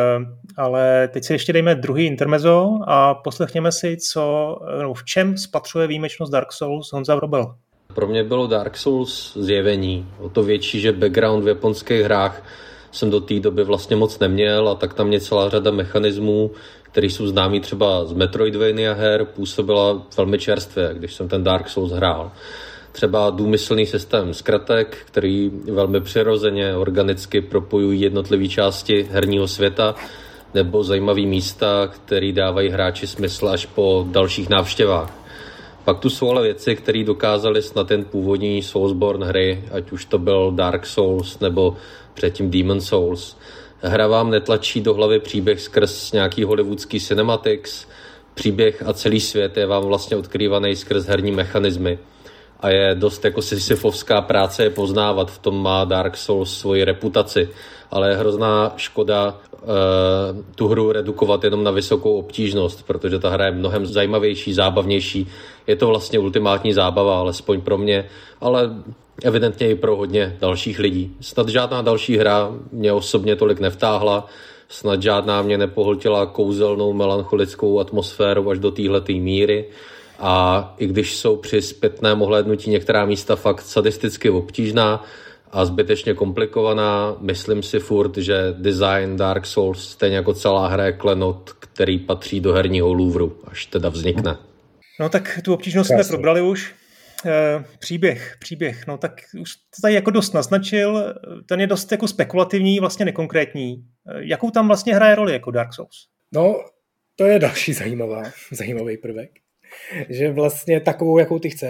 ale teď si ještě dejme druhý intermezzo a poslechněme si, v čem spatřuje výjimečnost Dark Souls Honza Vrobel. Pro mě bylo Dark Souls zjevení. O to větší, že background v japonských hrách jsem do té doby vlastně moc neměl a tak tam je celá řada mechanismů, které jsou známý třeba z Metroidvania her, působila velmi čerstvě, když jsem ten Dark Souls hrál. Třeba důmyslný systém zkratek, který velmi přirozeně, organicky propojují jednotlivé části herního světa, nebo zajímavé místa, které dávají hráči smysl až po dalších návštěvách. Pak tu jsou ale věci, které dokázaly snad ten původní Soulsborne hry, ať už to byl Dark Souls nebo předtím Demon Souls. Hra vám netlačí do hlavy příběh skrz nějaký hollywoodský cinematics. Příběh a celý svět je vám vlastně odkrývaný skrz herní mechanismy. A je dost jako sisyfovská práce je poznávat, v tom má Dark Souls svoji reputaci, ale je hrozná škoda tu hru redukovat jenom na vysokou obtížnost, protože ta hra je mnohem zajímavější, zábavnější. Je to vlastně ultimátní zábava, alespoň pro mě, ale evidentně i pro hodně dalších lidí. Snad žádná další hra mě osobně tolik nevtáhla, snad žádná mě nepohltila kouzelnou melancholickou atmosféru až do téhletý míry. A i když jsou při zpětném ohlédnutí některá místa fakt sadisticky obtížná a zbytečně komplikovaná, myslím si furt, že design Dark Souls stejně jako celá hra je klenot, který patří do herního Louvru, až teda vznikne. No tak tu obtížnost jsme probrali už. Příběh, no tak už to tady jako dost naznačil, ten je dost jako spekulativní, vlastně nekonkrétní. Jakou tam vlastně hraje roli jako Dark Souls? No, to je další zajímavý prvek. Že vlastně takovou, jakou ty chceš.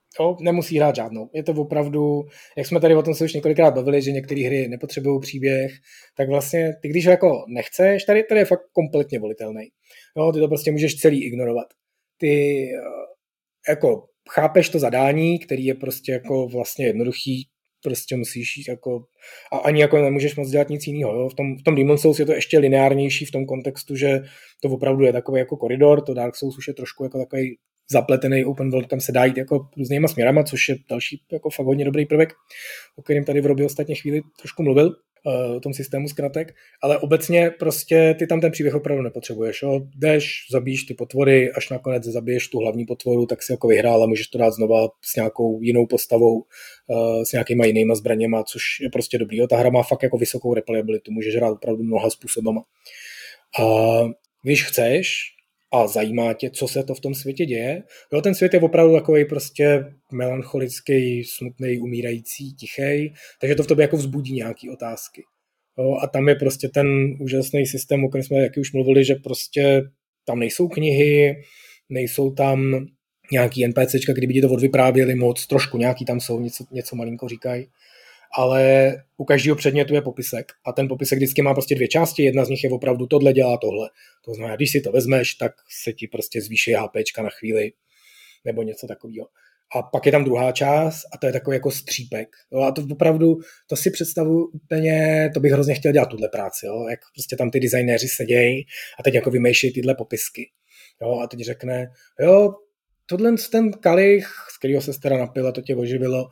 Jo, nemusí hrát žádnou. Je to opravdu, jak jsme tady o tom se už několikrát bavili, že některé hry nepotřebují příběh, tak vlastně ty, když ho jako nechceš, tady je fakt kompletně volitelný. Jo, ty to prostě můžeš celý ignorovat. Ty jako chápeš to zadání, který je prostě jako vlastně jednoduchý, prostě musíš jít jako a ani jako nemůžeš moc dělat nic jiného. Jo? V tom Demon's Souls je to ještě lineárnější v tom kontextu, že to opravdu je takový jako koridor, to Dark Souls už je trošku jako takový zapletený open world, tam se dá jít jako různýma směrama, což je další jako fakt hodně dobrý prvek, o kterém tady v Robi ostatně chvíli trošku mluvil, o tom systému zkratek, ale obecně prostě ty tam ten příběh opravdu nepotřebuješ. Jo? Jdeš, zabíjíš ty potvory, až nakonec zabiješ tu hlavní potvoru, tak si jako vyhrál a můžeš to dát znova s nějakou jinou postavou, s nějakýma jinýma zbraněma, což je prostě dobrý. Jo? Ta hra má fakt jako vysokou replayability, můžeš hrát opravdu mnoha způsobama. A když chceš a zajímá tě, co se to v tom světě děje, jo, ten svět je opravdu takový prostě melancholický, smutný, umírající, tichý, takže to v tobě jako vzbudí nějaký otázky. Jo, a tam je prostě ten úžasný systém, o kterém jsme taky už mluvili, že prostě tam nejsou knihy, nejsou tam nějaký NPCčka, kdyby ti to odvyprávěli moc, trošku nějaký tam jsou, něco malinko říkají, ale u každého předmětu je popisek a ten popisek vždycky má prostě 2 části, jedna z nich je opravdu tohle dělá tohle. To znamená, když si to vezmeš, tak se ti prostě zvýší HPčka na chvíli nebo něco takového. A pak je tam druhá část a to je takový jako střípek. Jo? A to opravdu, to si představuji úplně, to bych hrozně chtěl dělat tuhle práci, jo? Jak prostě tam ty designéři sedějí a teď jako vymýšlejí tyhle popisky. Jo? A teď řekne, jo, tohle ten kalich, z kterého se teda napila, to tě oživilo,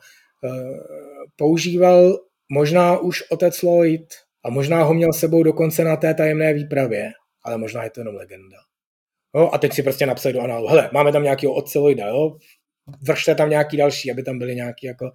používal možná už otec Lloyd a možná ho měl sebou dokonce na té tajemné výpravě, ale možná je to jenom legenda. Jo, a teď si prostě napsali do análu, hele, máme tam nějakého otce Lloyda, jo, vršte tam nějaký další, aby tam byly nějaké jako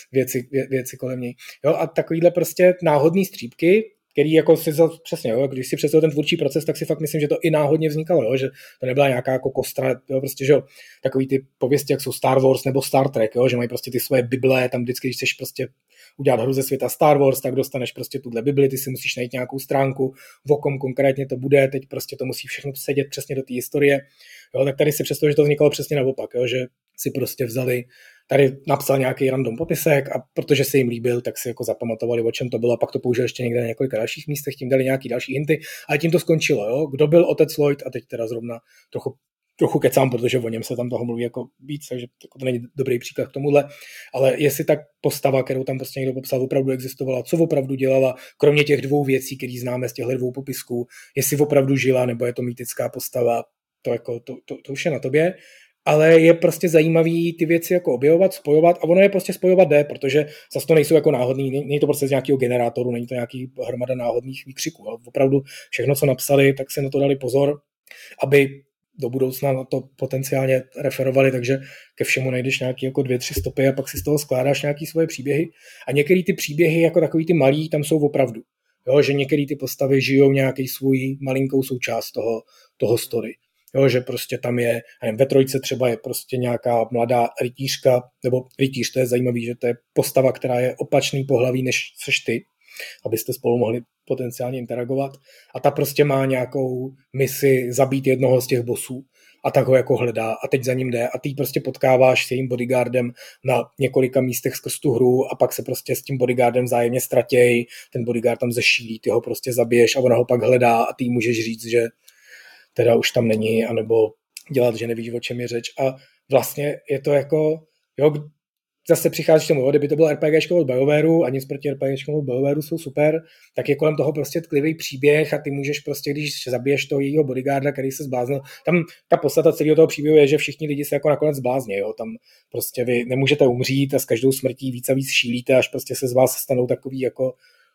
věci kolem něj. Jo, a takovýhle prostě náhodný střípky, který jako si přesně, jo, když si představil ten tvůrčí proces, tak si fakt myslím, že to i náhodně vznikalo, jo, že to nebyla nějaká jako kostra, jo, prostě, že jo, takový ty pověsti, jak jsou Star Wars nebo Star Trek, jo, že mají prostě ty svoje bible, tam vždycky, když chceš prostě udělat hru ze světa Star Wars, tak dostaneš prostě tuhle bibli, ty si musíš najít nějakou stránku, o kom konkrétně to bude, teď prostě to musí všechno sedět přesně do té historie, jo, tak tady si představil, že to vznikalo přesně naopak, jo, že si prostě vzali, tady napsal nějaký random popisek a protože se jim líbil, tak si jako zapamatovali, o čem to bylo, a pak to použili ještě někde na několika dalších místech, tím dali nějaký další hinty, ale tím to skončilo, jo? Kdo byl otec Lloyd, a teď teda zrovna trochu kecám, protože o něm se tam toho mluví jako víc, takže to není dobrý příklad k tomuhle, ale jestli tak postava, kterou tam prostě někdo popsal, opravdu existovala, co opravdu dělala, kromě těch 2 věcí, které známe z těchto 2 popisků, jestli opravdu žila, nebo je to mýtická postava, to jako to už je na tobě. Ale je prostě zajímavý ty věci jako objevovat, spojovat a ono je prostě spojovat jde, protože zase to nejsou jako náhodný, není to prostě z nějakého generátoru, není to nějaký hromada náhodných výkřiků, ale opravdu všechno, co napsali, tak se na to dali pozor, aby do budoucna na to potenciálně referovali, takže ke všemu najdeš nějaký jako 2-3 stopy a pak si z toho skládáš nějaký svoje příběhy a některé ty příběhy jako takový ty malý tam jsou opravdu, jo, že některé ty postavy žijou nějaký svůj malinkou součást toho story. Jo, že prostě tam je, nevím, ve 3 třeba je prostě nějaká mladá rytířka, nebo rytíř, to je zajímavý, že to je postava, která je opačný pohlaví, než seš ty, abyste spolu mohli potenciálně interagovat. A ta prostě má nějakou misi zabít jednoho z těch bossů a tak ho jako hledá a teď za ním jde a ty prostě potkáváš s jejím bodyguardem na několika místech skrz tu hru a pak se prostě s tím bodyguardem vzájemně ztratěj, ten bodyguard tam zešílí, ty ho prostě zabiješ a ona ho pak hledá a ty můžeš říct, že teda už tam není, anebo dělat, že nevíš, o čem je řeč. A vlastně je to jako, jo, zase přicházíš tomu, kdyby to byl RPGčko od BioWareu, a nic proti RPGčkům od BioWareu jsou super, tak je kolem toho prostě tklivý příběh a ty můžeš prostě, když zabiješ toho jejího bodyguarda, který se zbláznil, tam ta podstata celého toho příběhu je, že všichni lidi se jako nakonec zblázní, jo, tam prostě vy nemůžete umřít a s každou smrtí víc a víc šílíte, až prostě se z vás stanou takový jako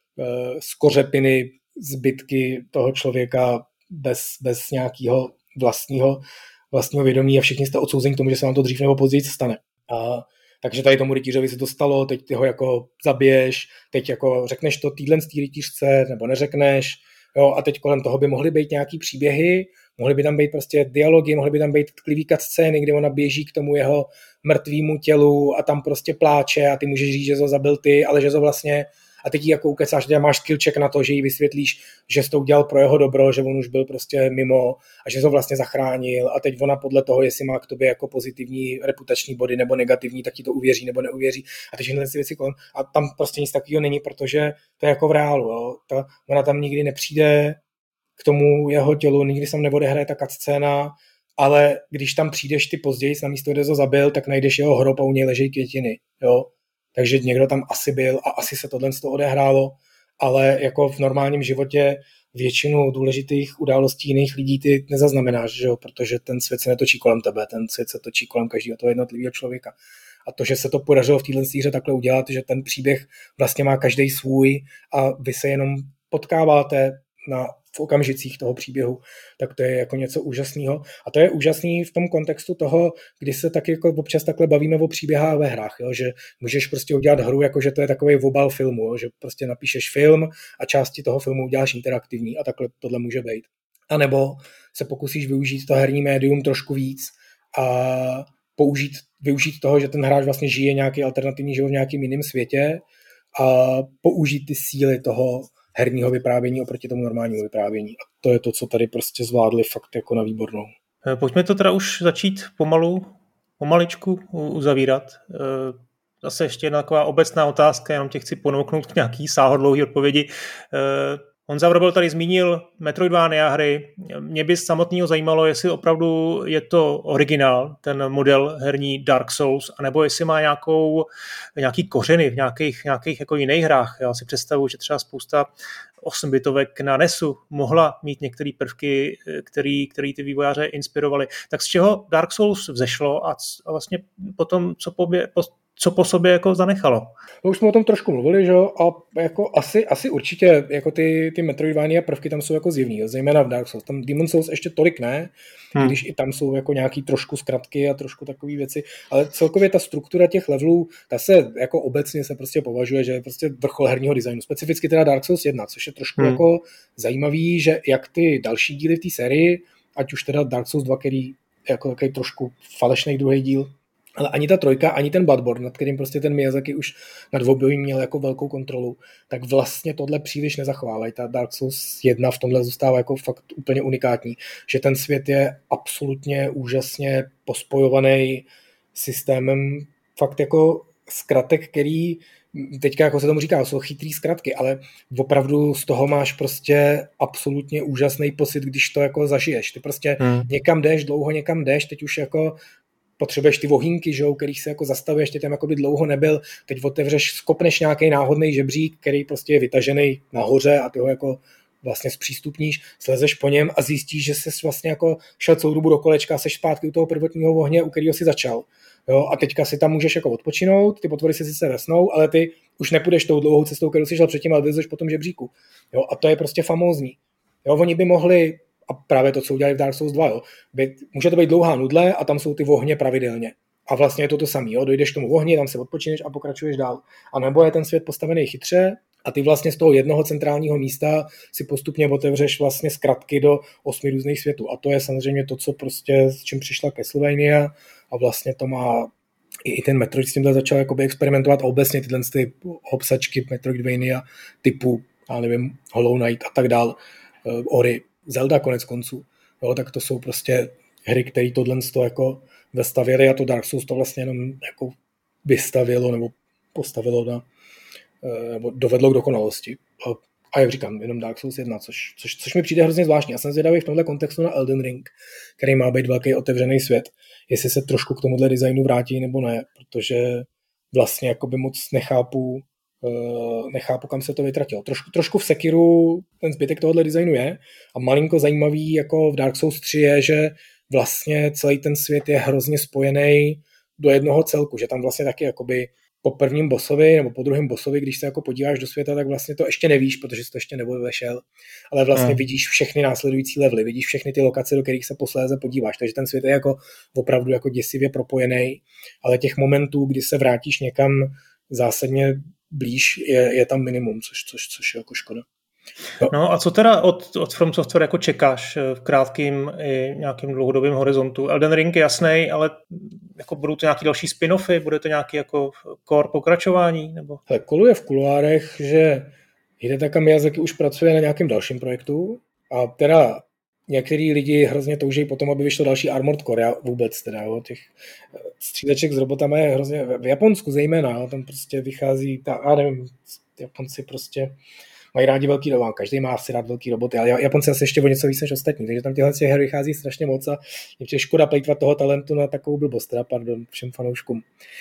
skořepiny, zbytky toho člověka bez nějakého vlastního vědomí a všichni jste odsouzeni k tomu, že se vám to dřív nebo později stane. Takže tady tomu rytířovi se to stalo, teď ty ho jako zabiješ, teď jako řekneš to týhle z té rytířce, nebo neřekneš, jo, a teď kolem toho by mohly být nějaký příběhy, mohly by tam být prostě dialogy, mohly by tam být tklivý cutscény, kde ona běží k tomu jeho mrtvému tělu a tam prostě pláče a ty můžeš říct, že to zabil ty, ale že to vlastně, a teď jí jako ukecáš, že máš skill check na to, že jí vysvětlíš, že jsi to udělal pro jeho dobro, že on už byl prostě mimo a že jsi ho vlastně zachránil a teď ona podle toho, jestli má k tobě jako pozitivní reputační body nebo negativní, tak ti to uvěří nebo neuvěří a teď ty věci kolem a tam prostě nic takového není, protože to je jako v reálu, jo. Ona tam nikdy nepřijde k tomu jeho tělu, nikdy se neodehraje ta cutscéna, ale když tam přijdeš ty později, na místo, kde ho zabil, tak najdeš jeho hrob a u něj leží květiny, jo. Takže někdo tam asi byl a asi se tohle z toho odehrálo, ale jako v normálním životě většinu důležitých událostí jiných lidí ty nezaznamenáš, že jo? Protože ten svět se netočí kolem tebe, ten svět se točí kolem každého toho jednotlivého člověka. A to, že se to podařilo v téhle hře takhle udělat, že ten příběh vlastně má každý svůj a vy se jenom potkáváte v okamžicích toho příběhu, tak to je jako něco úžasného. A to je úžasný v tom kontextu toho, kdy se taky jako občas takhle bavíme o příběhách ve hrách, jo? Že můžeš prostě udělat hru, jako že to je takový obal filmu, jo? Že prostě napíšeš film a části toho filmu uděláš interaktivní a takhle tohle může být. A nebo se pokusíš využít to herní médium trošku víc a využít toho, že ten hráč vlastně žije nějaký alternativní život v nějakým jiném světě a použít ty síly toho herního vyprávění oproti tomu normálnímu vyprávění. A to je to, co tady prostě zvládli fakt jako na výbornou. Pojďme to teda už začít pomaličku uzavírat. Zase ještě jedna taková obecná otázka, jenom tě chci ponouknout k nějaký sáhodlouhý odpovědi. Honza Vrabel tady zmínil Metroidvania hry. Mě by samotného zajímalo, jestli opravdu je to originál, ten model herní Dark Souls, anebo jestli má nějaký kořeny v nějakých jako jiných hrách. Já si představuji, že třeba spousta 8-bitovek na NESu mohla mít některé prvky, který ty vývojáře inspirovali. Tak z čeho Dark Souls vzešlo a vlastně potom, co po sobě jako zanechalo? No, už jsme o tom trošku mluvili, že jo, a jako asi určitě jako ty Metroidvania prvky tam jsou jako zjevný, jo, zejména v Dark Souls. Tam Demon Souls ještě tolik ne, když i tam jsou jako nějaký trošku zkratky a trošku takové věci, ale celkově ta struktura těch levelů, ta se jako obecně se prostě považuje, že je prostě vrchol herního designu, specificky teda Dark Souls 1, což je trošku jako zajímavý, že jak ty další díly v té sérii, ať už teda Dark Souls 2, který jako takový trošku falešný druhý díl, ale ani ta trojka, ani ten Bloodborne, nad kterým prostě ten Miyazaki už na dvoubojím měl jako velkou kontrolu, tak vlastně tohle příliš nezachovávají. Ta Dark Souls 1 v tomhle zůstává jako fakt úplně unikátní, že ten svět je absolutně úžasně pospojovaný systémem fakt jako zkratek, který teďka, jako se tomu říká, jsou chytrý zkratky, ale opravdu z toho máš prostě absolutně úžasný pocit, když to jako zažiješ. Ty prostě někam jdeš, dlouho někam jdeš, teď už jako potřebuješ ty vohýnky, že, kterých se jako zastavuješ, ty tam jako by dlouho nebyl, teď otevřeš, skopneš nějaký náhodný žebřík, který prostě je vytažený nahoře a ty ho jako vlastně zpřístupníš, slezeš po něm a zjistíš, že jsi vlastně jako šel celou dobu do kolečka a seš zpátky u toho prvotního ohně, u kterého si začal. Jo, a teďka si tam můžeš jako odpočinout, ty potvory si sice vesnou, ale ty už nepůjdeš tou dlouhou cestou, kterou jsi šel předtím, ale vyzeš po tom žebříku. Jo, a to je prostě famózní. Jo, oni by mohli, a právě to, co udělali v Dark Souls 2, jo, může to být dlouhá nudle a tam jsou ty ohně pravidelně. A vlastně je to samé, jo, dojdeš k tomu ohni, tam se odpočineš a pokračuješ dál. A nebo je ten svět postavený chytře a ty vlastně z toho jednoho centrálního místa si postupně otevřeš vlastně zkratky do 8 různých světů. A to je samozřejmě to, co prostě s čím přišla Castlevania a vlastně to má i ten Metroid s tímhle začal jakoby experimentovat a obecně tyhle ty obsačky Metroidvania typu, já nevím, Hollow Knight a tak dál, Ori, Zelda konec konců, jo, tak to jsou prostě hry, které tohle jako vystavěly a to Dark Souls to vlastně jenom jako vystavilo nebo postavilo nebo dovedlo k dokonalosti. A jak říkám, jenom Dark Souls 1, což mi přijde hrozně zvláštní. Já jsem zvědavý v tomhle kontextu na Elden Ring, který má být velký otevřený svět, jestli se trošku k tomuhle designu vrátí nebo ne, protože vlastně jakoby moc nechápu, kam se to vytratilo. Trošku v Sekiru ten zbytek tohohle designu je a malinko zajímavý jako v Dark Souls 3 je, že vlastně celý ten svět je hrozně spojený do jednoho celku, že tam vlastně taky jakoby po prvním bossovi nebo po druhém bossovi, když se jako podíváš do světa, tak vlastně to ještě nevíš, protože jsi to ještě nevešel, ale vlastně vidíš všechny následující levely, vidíš všechny ty lokace, do kterých se posléze podíváš, takže ten svět je jako opravdu jako děsivě propojený, ale těch momentů, kdy se vrátíš někam zásadně blíž, je tam minimum, což je jako škoda. No a co teda od From Software jako čekáš v krátkým i nějakým dlouhodobým horizontu? Elden Ring je jasný, ale jako budou to nějaký další spin-offy? Bude to nějaký jako core pokračování? Nebo? Koluje v kuloárech, že Hidetaka Miyazaki už pracuje na nějakém dalším projektu a teda některý lidi hrozně touží potom, aby vyšlo další Armored Core, já vůbec teda, jo, těch stříleček s robotama je hrozně, v Japonsku zejména, tam prostě vychází, já nevím, Japonci prostě mají rádi velký robot, každý má asi rád velký roboty, ale Japonci asi ještě o něco víc než ostatní, takže tam těchto her vychází strašně moc a je škoda plejtvat toho talentu na takovou blbost, teda pardon všem fanouškům.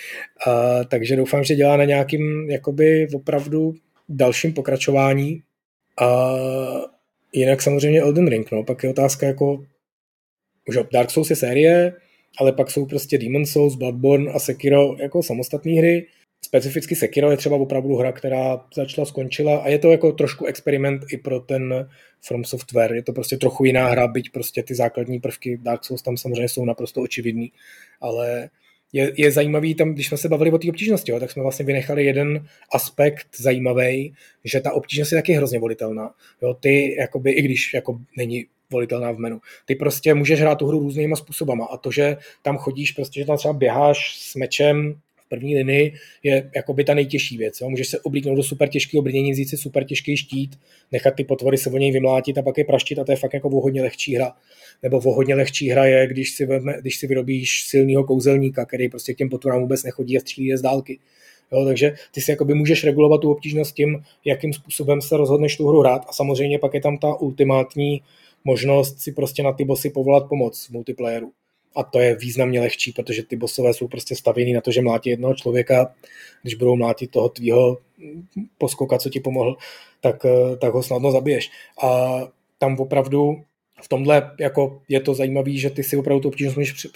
Takže doufám, že dělá na nějakým jakoby opravdu dalším pokračování a jinak samozřejmě Elden Ring, no, pak je otázka jako, už Dark Souls je série, ale pak jsou prostě Demon's Souls, Bloodborne a Sekiro jako samostatné hry. Specificky Sekiro je třeba opravdu hra, která začala, skončila a je to jako trošku experiment i pro ten From Software. Je to prostě trochu jiná hra, byť prostě ty základní prvky Dark Souls tam samozřejmě jsou naprosto očividný, ale je zajímavý tam, když jsme se bavili o té obtížnosti, tak jsme vlastně vynechali jeden aspekt zajímavý, že ta obtížnost je taky hrozně volitelná. Jo, ty jakoby, i když jako není volitelná v menu, ty prostě můžeš hrát tu hru různýma způsobama a to, že tam chodíš, prostě, že tam třeba běháš s mečem v první linii, je jakoby ta nejtěžší věc. Jo? Můžeš se oblíknout do super těžkého brnění, vzít si super těžký štít, nechat ty potvory se o něj vymlátit a pak je praštit a to je fakt jako hodně lehčí hra. Nebo hodně lehčí hra je, když si vyrobíš silného kouzelníka, který prostě k těm potvorám vůbec nechodí a střílí je z dálky. Jo, takže ty si jakoby můžeš regulovat tu obtížnost tím, jakým způsobem se rozhodneš tu hru hrát a samozřejmě pak je tam ta ultimátní možnost si prostě na ty bossy povolat pomoc v multiplayeru. A to je významně lehčí, protože ty bossové jsou prostě stavěný na to, že mlátí jednoho člověka, když budou mlátit toho tvýho poskoka, co ti pomohl, tak ho snadno zabiješ. A tam opravdu v tomhle jako je to zajímavé, že ty si opravdu tu obtížnost můžeš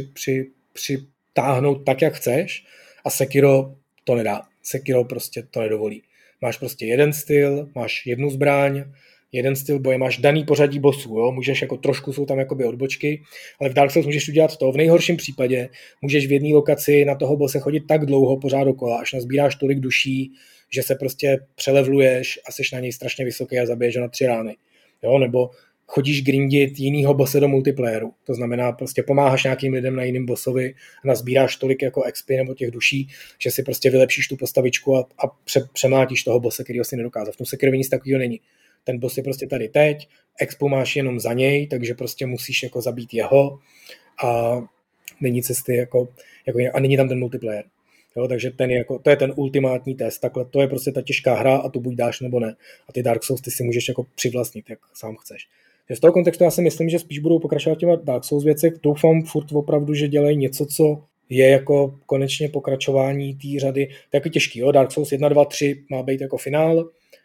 přitáhnout tak, jak chceš a Sekiro to nedá. Sekiro prostě to nedovolí. Máš prostě jeden styl, máš jednu zbraň, jeden styl boje, máš daný pořadí bossů, jo? Můžeš jako trošku, jsou tam jakoby odbočky, ale v Dark Souls můžeš udělat to. V nejhorším případě můžeš v jedné lokaci na toho bosse chodit tak dlouho pořád dokola, až nazbíráš tolik duší, že se prostě přelevluješ a seš na něj strašně vysoký a zabiješ ho na 3 rány. Jo? Nebo chodíš grindit jinýho bosse do multiplayeru. To znamená, prostě pomáháš nějakým lidem na jiným bossovi a nazbíráš tolik jako XP nebo těch duší, že si prostě vylepšíš tu postavičku a přemlátíš toho bosse, kterýho si nedokázal. V tom Sekirovi nic takového není. Ten boss je prostě tady teď, expo máš jenom za něj, takže prostě musíš jako zabít jeho a není cesty jako a není tam ten multiplayer. Jo, takže to je ten ultimátní test. Takhle to je prostě ta těžká hra a tu buď dáš nebo ne. A ty Dark Souls ty si můžeš jako přivlastnit, jak sám chceš. Z toho kontextu já si myslím, že spíš budou pokračovat těma Dark Souls věci. Doufám furt opravdu, že dělají něco, co je jako konečně pokračování té řady. To je jako těžký, jo? Dark Souls 1, 2, 3 má být jako finál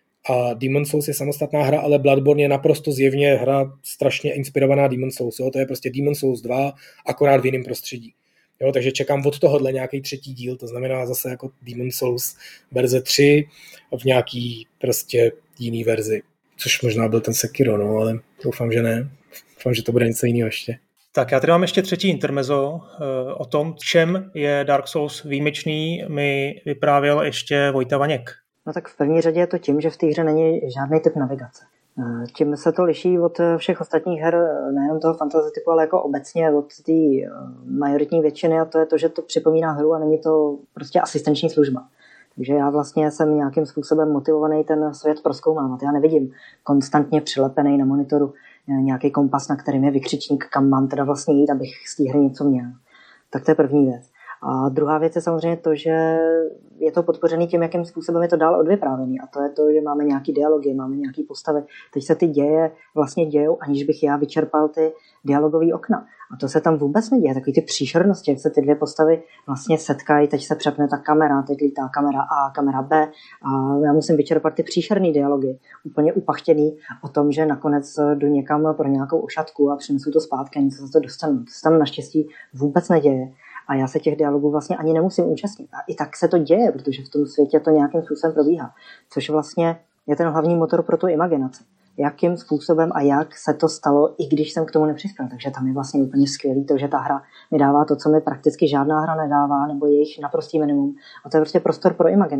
a Demon's Souls je samostatná hra, ale Bloodborne je naprosto zjevně hra strašně inspirovaná Demon's Souls. Jo? To je prostě Demon's Souls 2, akorát v jiném prostředí. Jo? Takže čekám od tohohle nějaký 3. díl, to znamená zase jako Demon's Souls verze 3 v nějaký prostě jiný verzi. Což možná byl ten Sekiro, no, ale doufám, že ne. Doufám, že to bude něco jiného ještě. Tak já tady mám ještě 3. intermezzo o tom, čem je Dark Souls výjimečný, mi vyprávěl ještě Vojta Vaněk. No tak v první řadě je to tím, že v té hře není žádný typ navigace. Tím se to liší od všech ostatních her, nejenom toho fantasy typu, ale jako obecně od té majoritní většiny, a to je to, že to připomíná hru a není to prostě asistenční služba. Takže já vlastně jsem nějakým způsobem motivovaný ten svět prozkoumávat. Já nevidím konstantně přilepený na monitoru nějaký kompas, na kterým je vykřičník, kam mám teda vlastně jít, abych z té hry něco měl. Tak to je první věc. A druhá věc je samozřejmě to, že je to podpořený tím, jakým způsobem je to dál odvyprávěný. A to je to, že máme nějaký dialogy, máme nějaký postavy. Teď se ty děje vlastně dějou, aniž bych já vyčerpal ty dialogové okna. A to se tam vůbec neděje. Takový ty příšernosti, jak se ty dvě postavy vlastně setkají, teď se přepne ta kamera, teď lítá kamera A, kamera B a já musím vyčerpat ty příšerný dialogy, úplně upachtěný o tom, že nakonec jdu někam pro nějakou ošatku a přinesu to zpátky a něco za to dostanu. To se tam naštěstí vůbec neděje. A já se těch dialogů vlastně ani nemusím účastnit. A i tak se to děje, protože v tom světě to nějakým způsobem probíhá. Což vlastně je ten hlavní motor pro tu imaginaci. Jakým způsobem a jak se to stalo, i když jsem k tomu nepřispěl. Takže tam je vlastně úplně skvělý to, že ta hra mi dává to, co mi prakticky žádná hra nedává, nebo je jich naprostý minimum. A to je prostě prostor pro imaginaci.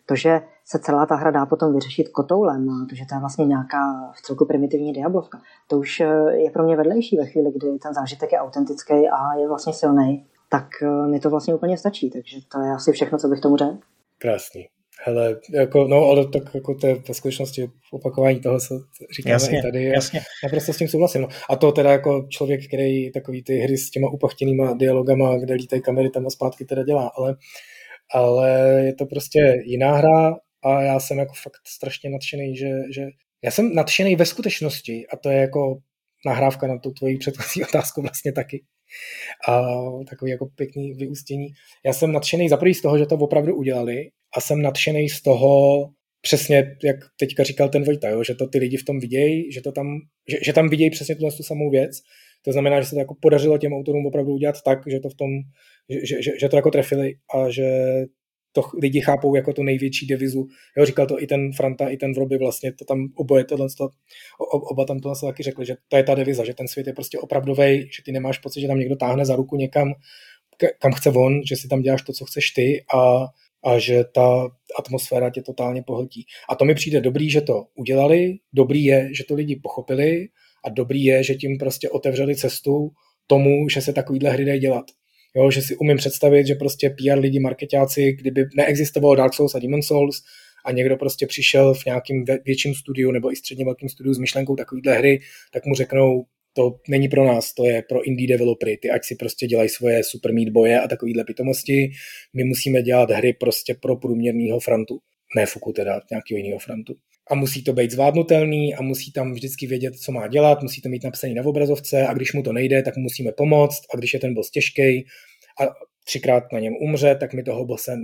To, že se celá ta hra dá potom vyřešit kotoulem, to, že to je vlastně nějaká v celku primitivní diablovka, to už je pro mě vedlejší ve chvíli, kdy ten zážitek je autentický a je vlastně silný, tak mi to vlastně úplně stačí, takže to je asi všechno, co bych tomu řekl. Krásný. Hele, jako, no, ale tak jako to je ve skutečnosti opakování toho, co říkáme jasně, i tady. Jasně. Naprosto s tím souhlasím. No. A to teda jako člověk, který takový ty hry s těma upachtěnýma dialogama, kde lítají kamery tam a zpátky teda dělá, ale je to prostě jiná hra a já jsem jako fakt strašně nadšený, že já jsem nadšený ve skutečnosti a to je jako nahrávka na tu tvoji předchozí otázku vlastně taky. A takový jako pěkný vyústění. Já jsem nadšený za prvý z toho, že to opravdu udělali a jsem nadšený z toho, přesně jak teďka říkal ten Vojta, jo, že to ty lidi v tom vidějí, že tam vidějí přesně tu samou věc. To znamená, že se to jako podařilo těm autorům opravdu udělat tak, že to v tom, že to jako trefili a že to lidi chápou jako tu největší devizu. Jo, říkal to i ten Franta, i ten Vroby vlastně, to tam oba tam to taky řekli, že to je ta deviza, že ten svět je prostě opravdovej, že ty nemáš pocit, že tam někdo táhne za ruku někam, kam chce on, že si tam děláš to, co chceš ty a že ta atmosféra tě totálně pohltí. A to mi přijde dobrý, že to udělali, dobrý je, že to lidi pochopili a dobrý je, že tím prostě otevřeli cestu tomu, že se takovýhle hry dají dělat. Jo, že si umím představit, že prostě PR lidi, marketáci, kdyby neexistovalo Dark Souls a Demon Souls a někdo prostě přišel v nějakým větším studiu nebo i středně velkým studiu s myšlenkou takovýhle hry, tak mu řeknou, to není pro nás, to je pro indie developery, ty ať si prostě dělají svoje Super Meat Boye a takovýhle pitomosti, my musíme dělat hry prostě pro průměrného Frantu, ne Fuku teda, nějakého jiného Frantu. A musí to být zvládnutelný a musí tam vždycky vědět, co má dělat, musí to mít napsaný na obrazovce a když mu to nejde, tak mu musíme pomoct a když je ten boss těžký a 3krát na něm umře, tak my toho bosse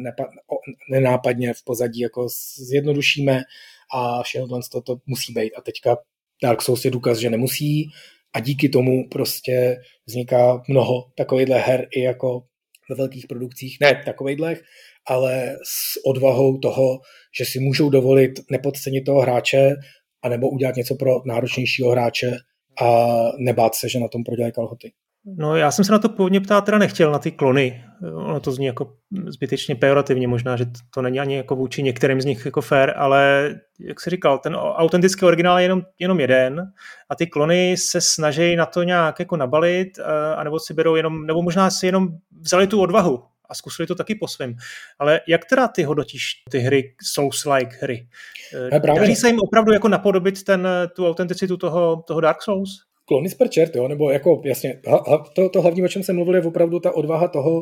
nenápadně v pozadí jako zjednodušíme a všechno to musí být. A teďka Dark Souls je důkaz, že nemusí a díky tomu prostě vzniká mnoho takovýchhle her i jako ve velkých produkcích, ne takovejhlech, ale s odvahou toho, že si můžou dovolit nepodcenit toho hráče anebo udělat něco pro náročnějšího hráče a nebát se, že na tom prodělají kalhoty. No já jsem se na to původně ptát teda nechtěl, na ty klony. Ono to zní jako zbytečně pejorativně, možná, že to není ani jako vůči některým z nich jako fair, ale jak jsi říkal, ten autentický originál je jenom jeden a ty klony se snaží na to nějak jako nabalit, anebo si berou jenom, nebo možná si jenom vzali tu odvahu a zkusili to taky po svém. Ale jak teda ty hodnotíš ty hry, Souls-like hry? Daří se jim opravdu jako napodobit tu autenticitu toho Dark Souls? Klony per čert, jo, nebo jako jasně, to hlavní, o čem jsem mluvil, je opravdu ta odvaha toho,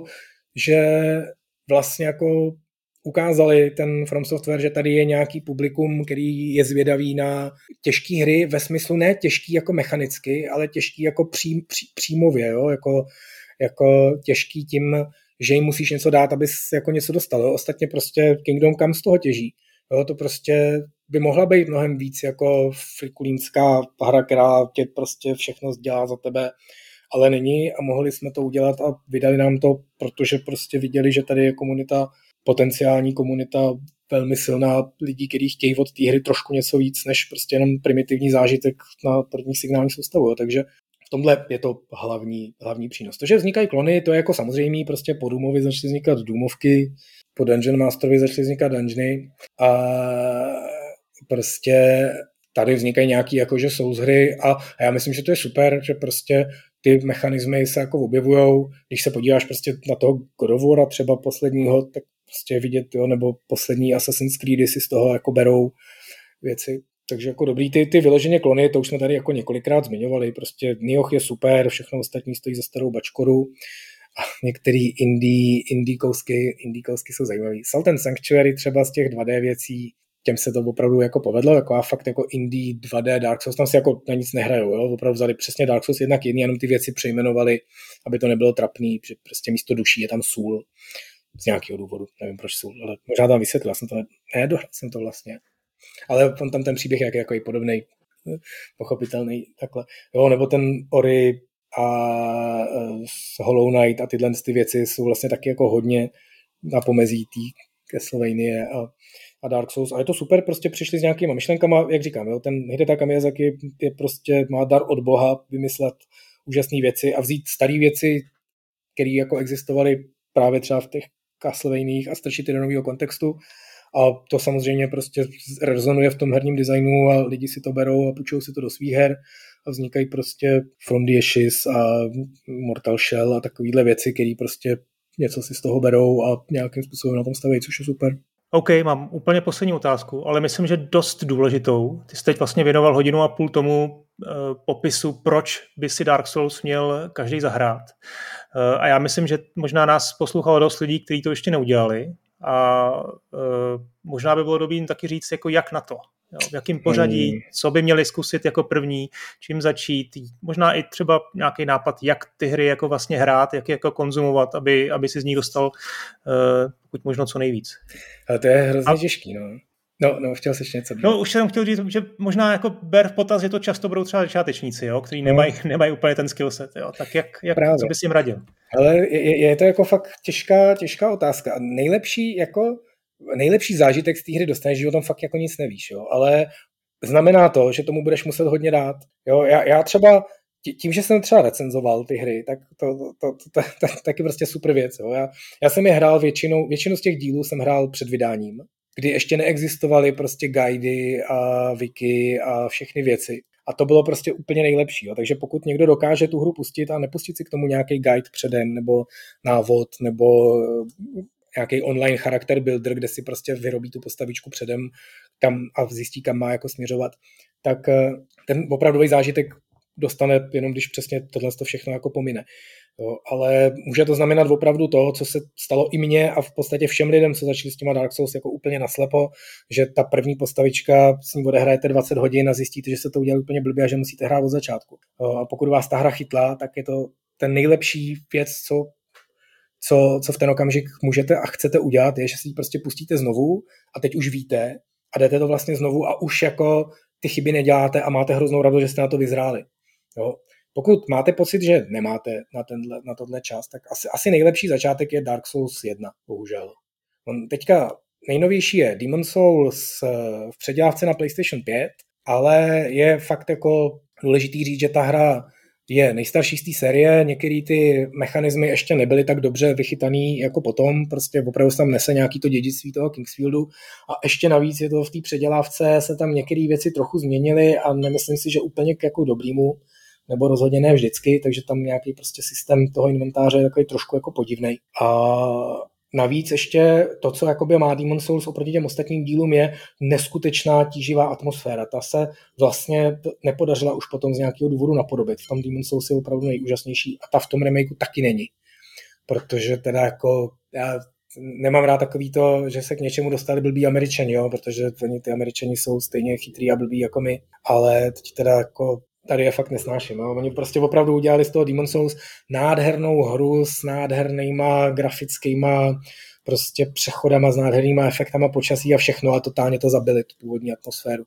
že vlastně jako ukázali ten From Software, že tady je nějaký publikum, který je zvědavý na těžké hry, ve smyslu ne těžký jako mechanicky, ale těžký jako přímově, jo, jako těžký tím, že jim musíš něco dát, abys jako něco dostal. Jo. Ostatně prostě Kingdom Come z toho těží. Jo, to prostě by mohla být mnohem víc jako frikulínská hra, která tě prostě všechno dělá za tebe, ale není a mohli jsme to udělat a vydali nám to, protože prostě viděli, že tady je potenciální komunita velmi silná lidí, kteří chtějí od té hry trošku něco víc, než prostě jenom primitivní zážitek na první signální soustavu. Takže v tomhle je to hlavní přínos. To, že vznikají klony, to je jako samozřejmé, prostě po Doomovi začaly vznikat Doomovky, po Dungeon Masterovi začaly vznikat dungeony a prostě tady vznikají nějaký jakože Souls hry a já myslím, že to je super, že prostě ty mechanismy se jako objevujou, když se podíváš prostě na toho God of War třeba posledního, tak prostě vidět, jo, nebo poslední Assassin's Creedy si z toho jako berou věci. Takže jako dobrý, ty vyloženě klony, to už jsme tady jako několikrát zmiňovali, prostě Nioh je super, všechno ostatní stojí za starou bačkoru a některý indie kousky jsou zajímavý. Salt and Sanctuary třeba z těch 2D věcí, těm se to opravdu jako povedlo, taková fakt jako indie 2D Dark Souls, tam si jako na nic nehrajou, jo? Opravdu vzali přesně Dark Souls jednak jedný, jenom ty věci přejmenovali, aby to nebylo trapný, že prostě místo duší je tam sůl z nějakého důvodu, nevím proč sůl, ale možná tam vysvětlil, já jsem to nedohrál jsem to vlastně. Ale on tam ten příběh je jako i podobnej, pochopitelný takhle. Jo, nebo ten Ori a Hollow Knight a tyhle ty věci jsou vlastně taky jako hodně na pomezí té Castlevanie a Dark Souls. A je to super, prostě přišli s nějakýma myšlenkama, jak říkám, jo, ten Hidetaka Miyazaki je prostě, má dar od Boha vymyslet úžasné věci a vzít staré věci, které jako existovaly právě třeba v těch Castlevaniích a strčit do nového kontextu a to samozřejmě prostě rezonuje v tom herním designu a lidi si to berou a půjčují si to do svých her a vznikají prostě From the Ashes a Mortal Shell a takovýhle věci, které prostě něco si z toho berou a nějakým způsobem na tom staví, což je super. OK, mám úplně poslední otázku, ale myslím, že dost důležitou. Ty jsi teď vlastně věnoval 1.5 hodiny tomu popisu, proč by si Dark Souls měl každý zahrát. A já myslím, že možná nás poslouchalo dost lidí, kteří to ještě neudělali a možná by bylo dobré jim taky říct, jako jak na to. Jo, v jakém pořadí, co by měli zkusit jako první, čím začít, možná i třeba nějaký nápad, jak ty hry jako vlastně hrát, jak jako konzumovat, aby si z nich dostal pokud možno co nejvíc. Ale to je hrozně těžký, no. No, chtěl jsi ještě něco. No, už jsem chtěl říct, že možná jako ber v potaz, že to často budou třeba začátečníci, jo, kteří nemají úplně ten skillset, jo. Tak jak co bys jim radil? Ale je to jako fakt těžká otázka. A nejlepší zážitek z té hry dostaneš, že o tom fakt jako nic nevíš, jo. Ale znamená to, že tomu budeš muset hodně dát. Jo, já třeba tím, že jsem třeba recenzoval ty hry, tak to taky prostě super věc. Jo. Já jsem je hrál většinu z těch dílů jsem hrál před vydáním, kdy ještě neexistovaly prostě guidy a wiki a všechny věci. A to bylo prostě úplně nejlepší. Jo. Takže pokud někdo dokáže tu hru pustit a nepustit si k tomu nějaký guide předem, nebo návod, nebo nějaký online charakter builder, kde si prostě vyrobí tu postavičku předem a zjistí, kam má jako směřovat, tak ten opravdový zážitek dostane jenom, když přesně tohle všechno jako pomine. Jo, ale může to znamenat opravdu to, co se stalo i mně a v podstatě všem lidem, co začali s těma Dark Souls jako úplně naslepo, že ta první postavička, s ní odehrajete 20 hodin a zjistíte, že se to udělá úplně blbě a že musíte hrát od začátku. Jo, a pokud vás ta hra chytla, tak je to ten nejlepší věc, co v ten okamžik můžete a chcete udělat, je, že si ji prostě pustíte znovu a teď už víte a jdete to vlastně znovu a už jako ty chyby neděláte a máte hroznou radost, že jste na to vyzráli. Jo. Pokud máte pocit, že nemáte na tohle čas, tak asi nejlepší začátek je Dark Souls 1, bohužel. Teďka nejnovější je Demon's Souls v předělávce na PlayStation 5, ale je fakt jako důležitý říct, že ta hra je nejstarší z té série, některé ty mechanismy ještě nebyly tak dobře vychytaný jako potom, prostě opravdu se tam nese nějaký to dědictví toho Kingsfieldu a ještě navíc je to v té předělávce, se tam některé věci trochu změnily a nemyslím si, že úplně k jako dobrýmu, nebo rozhodně ne vždycky, takže tam nějaký prostě systém toho inventáře je takový trošku jako podivnej. A navíc ještě to, co jakoby má Demon's Souls oproti těm ostatním dílům, je neskutečná tíživá atmosféra. Ta se vlastně nepodařila už potom z nějakého důvodu napodobit. V tom Demon's Souls je opravdu nejúžasnější a ta v tom remakeu taky není. Protože teda jako já nemám rád takový to, že se k něčemu dostali blbý Američani, jo, protože oni ty Američani jsou stejně chytrý a blbý jako my, ale teď teda jako tady je fakt nesnáším. Jo. Oni prostě opravdu udělali z toho Demon's Souls nádhernou hru s nádhernýma grafickýma prostě přechodama, s nádhernýma efektama počasí a všechno a totálně to zabili, tu původní atmosféru.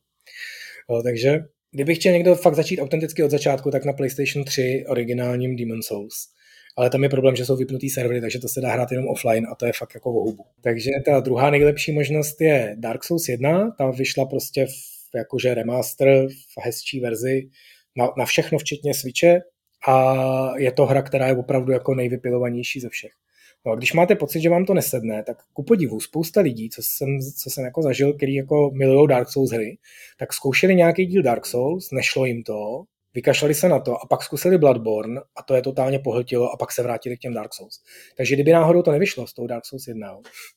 Jo, takže kdyby chtěl někdo fakt začít autenticky od začátku, tak na PlayStation 3 originálním Demon's Souls. Ale tam je problém, že jsou vypnutý servery, takže to se dá hrát jenom offline a to je fakt jako vohubu. Takže ta druhá nejlepší možnost je Dark Souls 1, ta vyšla prostě jakože remaster v hezčí verzi, na všechno, včetně Switche a je to hra, která je opravdu jako nejvypilovanější ze všech. No a když máte pocit, že vám to nesedne, tak ku podivu spousta lidí, co jsem jako zažil, který jako milujou Dark Souls hry, tak zkoušeli nějaký díl Dark Souls, nešlo jim to, vykašlali se na to a pak zkusili Bloodborne a to je totálně pohltilo a pak se vrátili k těm Dark Souls. Takže kdyby náhodou to nevyšlo s tou Dark Souls 1,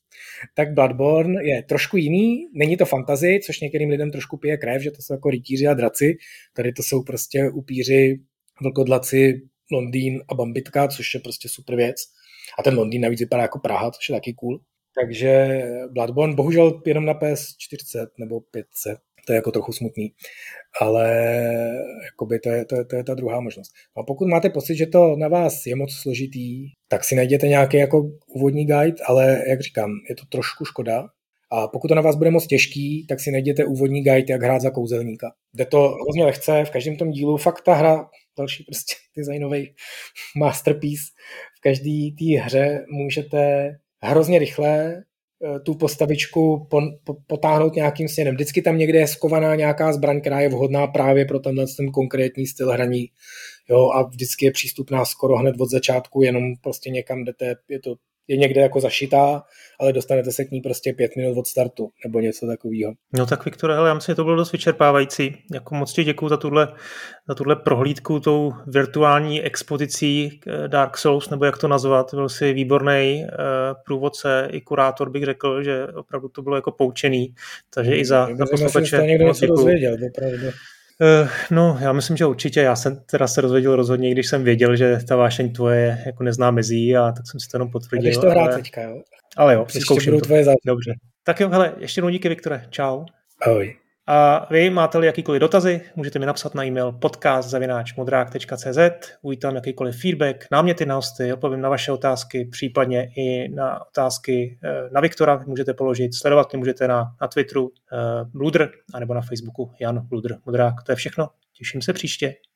tak Bloodborne je trošku jiný, není to fantasy, což některým lidem trošku pije krev, že to jsou jako rytíři a draci, tady to jsou prostě upíři, vlkodlaci, Londýn a Bambitka, což je prostě super věc. A ten Londýn navíc vypadá jako Praha, což je taky cool. Takže Bloodborne bohužel jenom na PS4 nebo 500, to je jako trochu smutný, ale jakoby to je ta druhá možnost. A pokud máte pocit, že to na vás je moc složitý, tak si najděte nějaký jako úvodní guide, ale jak říkám, je to trošku škoda. A pokud to na vás bude moc těžký, tak si najděte úvodní guide, jak hrát za kouzelníka. Jde to hrozně lehce, v každém tom dílu fakt ta hra, další prostě designový masterpiece, v každé té hře můžete hrozně rychle tu postavičku potáhnout nějakým směrem. Vždycky tam někde je skovaná nějaká zbraň, která je vhodná právě pro ten konkrétní styl hraní. Jo, a vždycky je přístupná skoro hned od začátku, jenom prostě někam jdete, je to je někde jako zašitá, ale dostanete se k ní prostě 5 minut od startu, nebo něco takového. No tak Viktore, hele, já myslím, že to bylo dost vyčerpávající. Jako moc ti děkuju za tuhle prohlídku tou virtuální expozicí Dark Souls, nebo jak to nazvat. Byl si výborný průvodce i kurátor, bych řekl, že opravdu to bylo jako poučený. Takže i za posluchače moc děkuju. No, já myslím, že určitě. Já jsem teda se dozvěděl rozhodně, když jsem věděl, že ta vášeň tvoje jako nezná mezí, a tak jsem si to jenom potvrdil. Když to hrát teďka, jo? Ale jo, zkouším to. Tvoje Dobře. Tak jo, hele, ještě jednou díky, Viktore. Čau. Ahoj. A vy máte-li jakýkoliv dotazy, můžete mi napsat na e-mail podcast@modrák.cz, uvítám jakýkoliv feedback, náměty na hosty, odpovím na vaše otázky, případně i na otázky na Viktora můžete položit, sledovat mě můžete na Twitteru Bludr, anebo na Facebooku Jan Bludr Modrák. To je všechno, těším se příště.